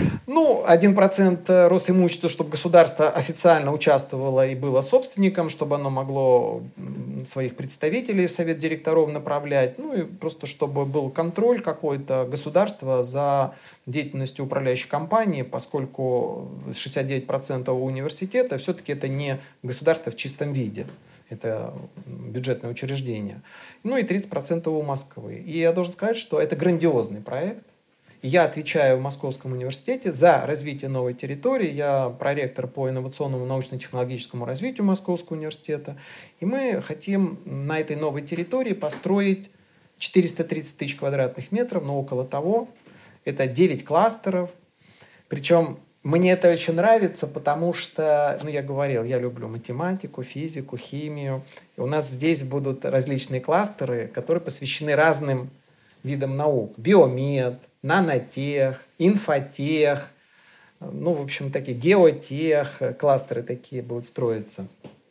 Speaker 3: Ну, один процент Росимущества, чтобы государство официально участвовало и было собственником, чтобы оно могло своих представителей в совет директоров направлять, ну и просто чтобы был контроль какой-то государства за деятельностью управляющей компании, поскольку шестьдесят девять процентов у университета все-таки это не государство в чистом виде. Это бюджетное учреждение. Ну и тридцать процентов у Москвы. И я должен сказать, что это грандиозный проект. Я отвечаю в Московском университете за развитие новой территории. Я проректор по инновационному научно-технологическому развитию Московского университета. И мы хотим на этой новой территории построить четыреста тридцать тысяч квадратных метров, но около того. Это девять кластеров. Причем мне это очень нравится, потому что, ну, я говорил, я люблю математику, физику, химию. И у нас здесь будут различные кластеры, которые посвящены разным видам наук. Биомед, нанотех, инфотех, ну, в общем, такие геотех, кластеры такие будут строиться.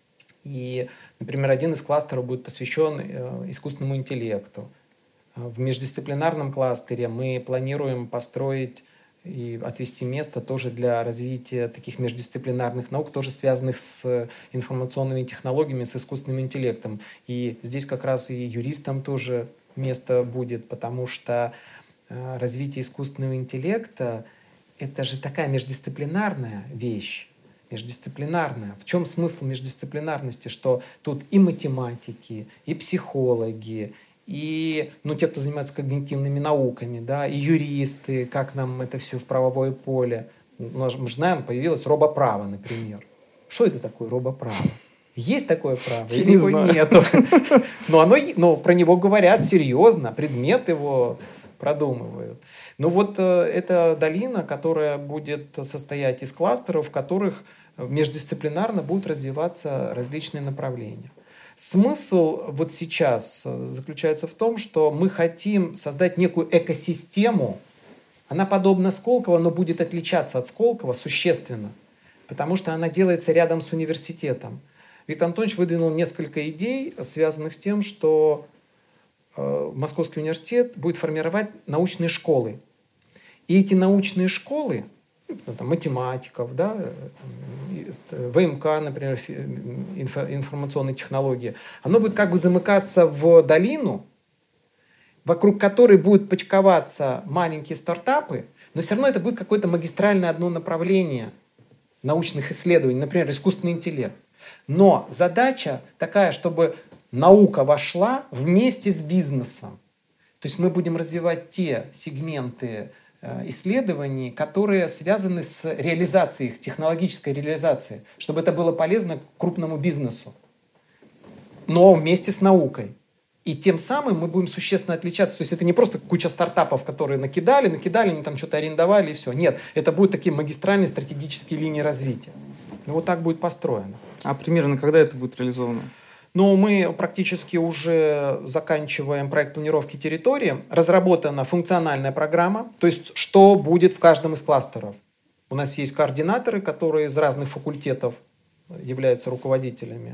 Speaker 3: И, например, один из кластеров будет посвящен искусственному интеллекту. В междисциплинарном кластере мы планируем построить и отвести место тоже для развития таких междисциплинарных наук, тоже связанных с информационными технологиями, с искусственным интеллектом. И здесь как раз и юристам тоже место будет, потому что э, развитие искусственного интеллекта – это же такая междисциплинарная вещь. Междисциплинарная. В чем смысл междисциплинарности? Что тут и математики, и психологи, и ну, те, кто занимается когнитивными науками, да, и юристы, как нам это все в правовое поле. Мы же знаем, появилось робоправо, например. Что это такое робоправо? Есть такое право или его нету? Но, оно, но про него говорят серьезно, предмет его продумывают. Ну вот это долина, которая будет состоять из кластеров, в которых междисциплинарно будут развиваться различные направления. Смысл вот сейчас заключается в том, что мы хотим создать некую экосистему. Она подобна Сколково, но будет отличаться от Сколково существенно, потому что она делается рядом с университетом. Виктор Антонович выдвинул несколько идей, связанных с тем, что э, Московский университет будет формировать научные школы. И эти научные школы, ну, там, математиков, да, ВМК, например, инфо, информационные технологии, оно будет как бы замыкаться в долину, вокруг которой будут почковаться маленькие стартапы, но все равно это будет какое-то магистральное одно направление научных исследований, например, искусственный интеллект. Но задача такая, чтобы наука вошла вместе с бизнесом. То есть мы будем развивать те сегменты исследований, которые связаны с реализацией их, технологической реализацией, чтобы это было полезно крупному бизнесу, но вместе с наукой. И тем самым мы будем существенно отличаться. То есть это не просто куча стартапов, которые накидали, накидали, они там что-то арендовали и все. Нет, это будут такие магистральные стратегические линии развития. И вот так будет построено.
Speaker 2: А примерно когда это будет реализовано?
Speaker 3: Ну, мы практически уже заканчиваем проект планировки территории. Разработана функциональная программа, то есть что будет в каждом из кластеров. У нас есть координаторы, которые из разных факультетов являются руководителями.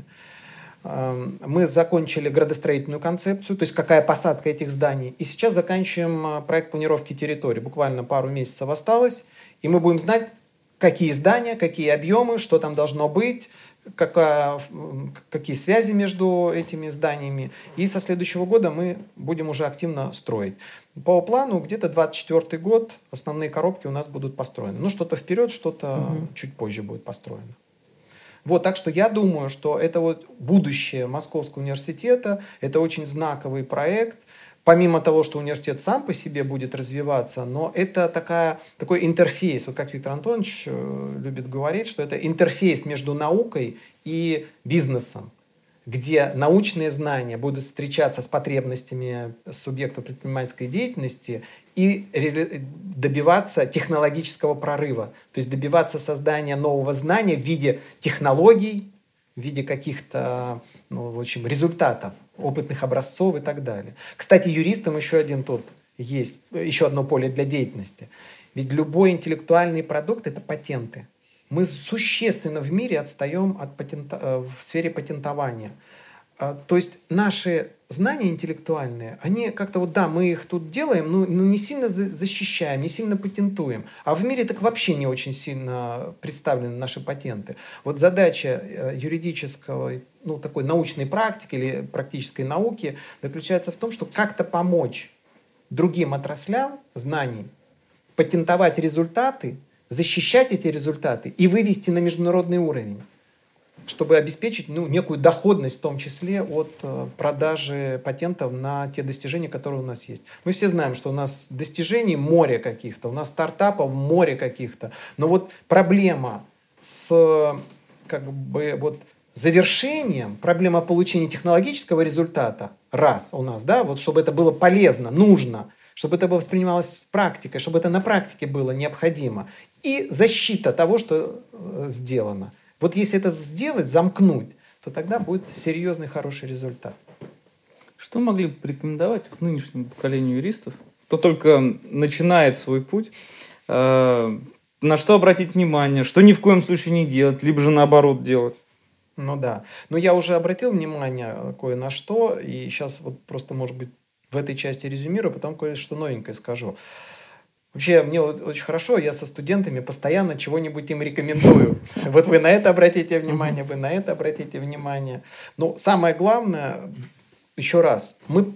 Speaker 3: Мы закончили градостроительную концепцию, то есть какая посадка этих зданий. И сейчас заканчиваем проект планировки территории. Буквально пару месяцев осталось. И мы будем знать, какие здания, какие объемы, что там должно быть, какая, какие связи между этими зданиями. И со следующего года мы будем уже активно строить. По плану где-то двадцать четвёртый год основные коробки у нас будут построены. Ну, что-то вперед, что-то угу. чуть позже будет построено. Вот, так что я думаю, что это вот будущее Московского университета, это очень знаковый проект. Помимо того, что университет сам по себе будет развиваться, но это такая, такой интерфейс, вот как Виктор Антонович любит говорить, что это интерфейс между наукой и бизнесом, где научные знания будут встречаться с потребностями субъектов предпринимательской деятельности и добиваться технологического прорыва, то есть добиваться создания нового знания в виде технологий, в виде каких-то, ну, в общем, результатов, опытных образцов и так далее. Кстати, юристам еще один тут есть, еще одно поле для деятельности. Ведь любой интеллектуальный продукт – это патенты. Мы существенно в мире отстаем от патента, в сфере патентования. То есть наши знания интеллектуальные, они как-то вот, да, мы их тут делаем, но, но не сильно защищаем, не сильно патентуем. А в мире так вообще не очень сильно представлены наши патенты. Вот задача юридического, ну, такой научной практики или практической науки заключается в том, что как-то помочь другим отраслям знаний патентовать результаты, защищать эти результаты и вывести на международный уровень, чтобы обеспечить, ну, некую доходность, в том числе от э, продажи патентов на те достижения, которые у нас есть. Мы все знаем, что у нас достижений море каких-то, у нас стартапов море каких-то. Но вот проблема с как бы, вот, завершением, проблема получения технологического результата, раз у нас, да, вот, чтобы это было полезно, нужно, чтобы это воспринималось практикой, чтобы это на практике было необходимо. И защита того, что э, сделано. Вот если это сделать, замкнуть, то тогда будет серьезный, хороший результат.
Speaker 2: Что могли бы порекомендовать нынешнему поколению юристов, кто только начинает свой путь, э, на что обратить внимание, что ни в коем случае не делать, либо же наоборот делать?
Speaker 3: Ну да. Но я уже обратил внимание кое на что, и сейчас вот просто, может быть, в этой части резюмирую, потом кое-что новенькое скажу. Вообще, мне вот очень хорошо, я со студентами постоянно чего-нибудь им рекомендую. Вот вы на это обратите внимание, вы на это обратите внимание. Но самое главное, еще раз, мы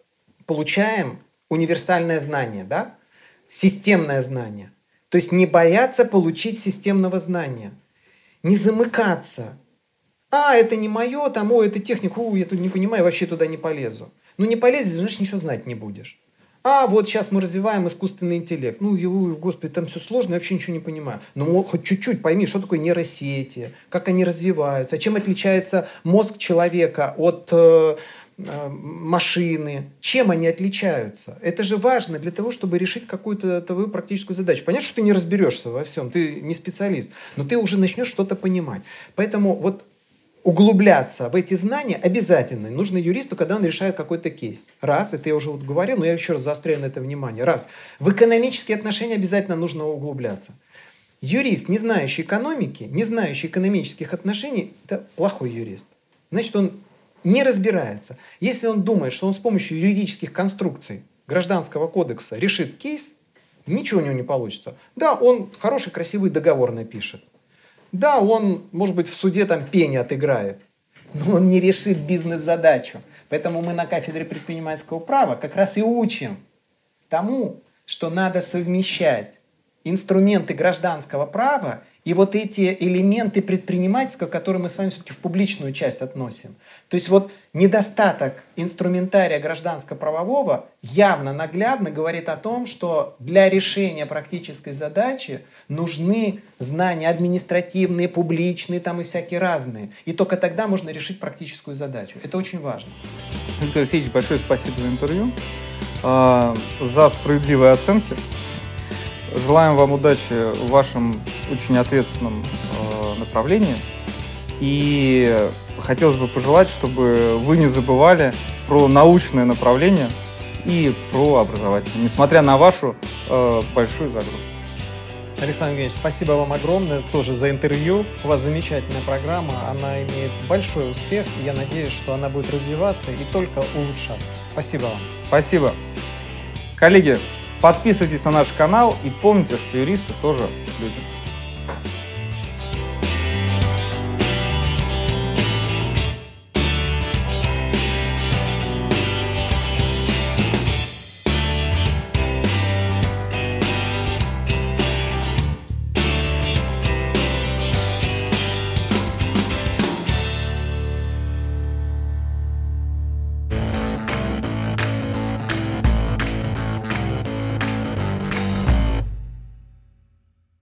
Speaker 3: получаем универсальное знание, да? Системное знание. То есть не бояться получить системного знания. Не замыкаться. А, это не мое, там, о, это техник, у, я тут не понимаю, вообще туда не полезу. Ну, не полезешь, значит, ничего знать не будешь. А, вот сейчас мы развиваем искусственный интеллект. Ну, его, господи, там все сложно, я вообще ничего не понимаю. Ну, хоть чуть-чуть пойми, что такое нейросети, как они развиваются, чем отличается мозг человека от э, э, машины, чем они отличаются. Это же важно для того, чтобы решить какую-то твою практическую задачу. Понятно, что ты не разберешься во всем, ты не специалист, но ты уже начнешь что-то понимать. Поэтому вот углубляться в эти знания обязательно нужно юристу, когда он решает какой-то кейс. Раз, это я уже вот говорил, но я еще раз заостряю на это внимание. Раз, в экономические отношения обязательно нужно углубляться. Юрист, не знающий экономики, не знающий экономических отношений, это плохой юрист. Значит, он не разбирается. Если он думает, что он с помощью юридических конструкций Гражданского кодекса решит кейс, ничего у него не получится. Да, он хороший, красивый договор напишет. Да, он, может быть, в суде там пени отыграет, но он не решит бизнес-задачу. Поэтому мы на кафедре предпринимательского права как раз и учим тому, что надо совмещать инструменты гражданского права и вот эти элементы предпринимательского, которые мы с вами все-таки в публичную часть относим. То есть вот недостаток инструментария гражданско-правового явно, наглядно говорит о том, что для решения практической задачи нужны знания административные, публичные там и всякие разные. И только тогда можно решить практическую задачу. Это очень важно.
Speaker 2: Виктор Алексеевич, большое спасибо за интервью, за справедливые оценки. Желаем вам удачи в вашем очень ответственном э, направлении. И хотелось бы пожелать, чтобы вы не забывали про научное направление и про образовательное, несмотря на вашу э, большую загрузку.
Speaker 3: Александр Евгеньевич, спасибо вам огромное тоже за интервью. У вас замечательная программа, она имеет большой успех, и я надеюсь, что она будет развиваться и только улучшаться. Спасибо вам.
Speaker 2: Спасибо. Коллеги, подписывайтесь на наш канал и помните, что юристы тоже люди.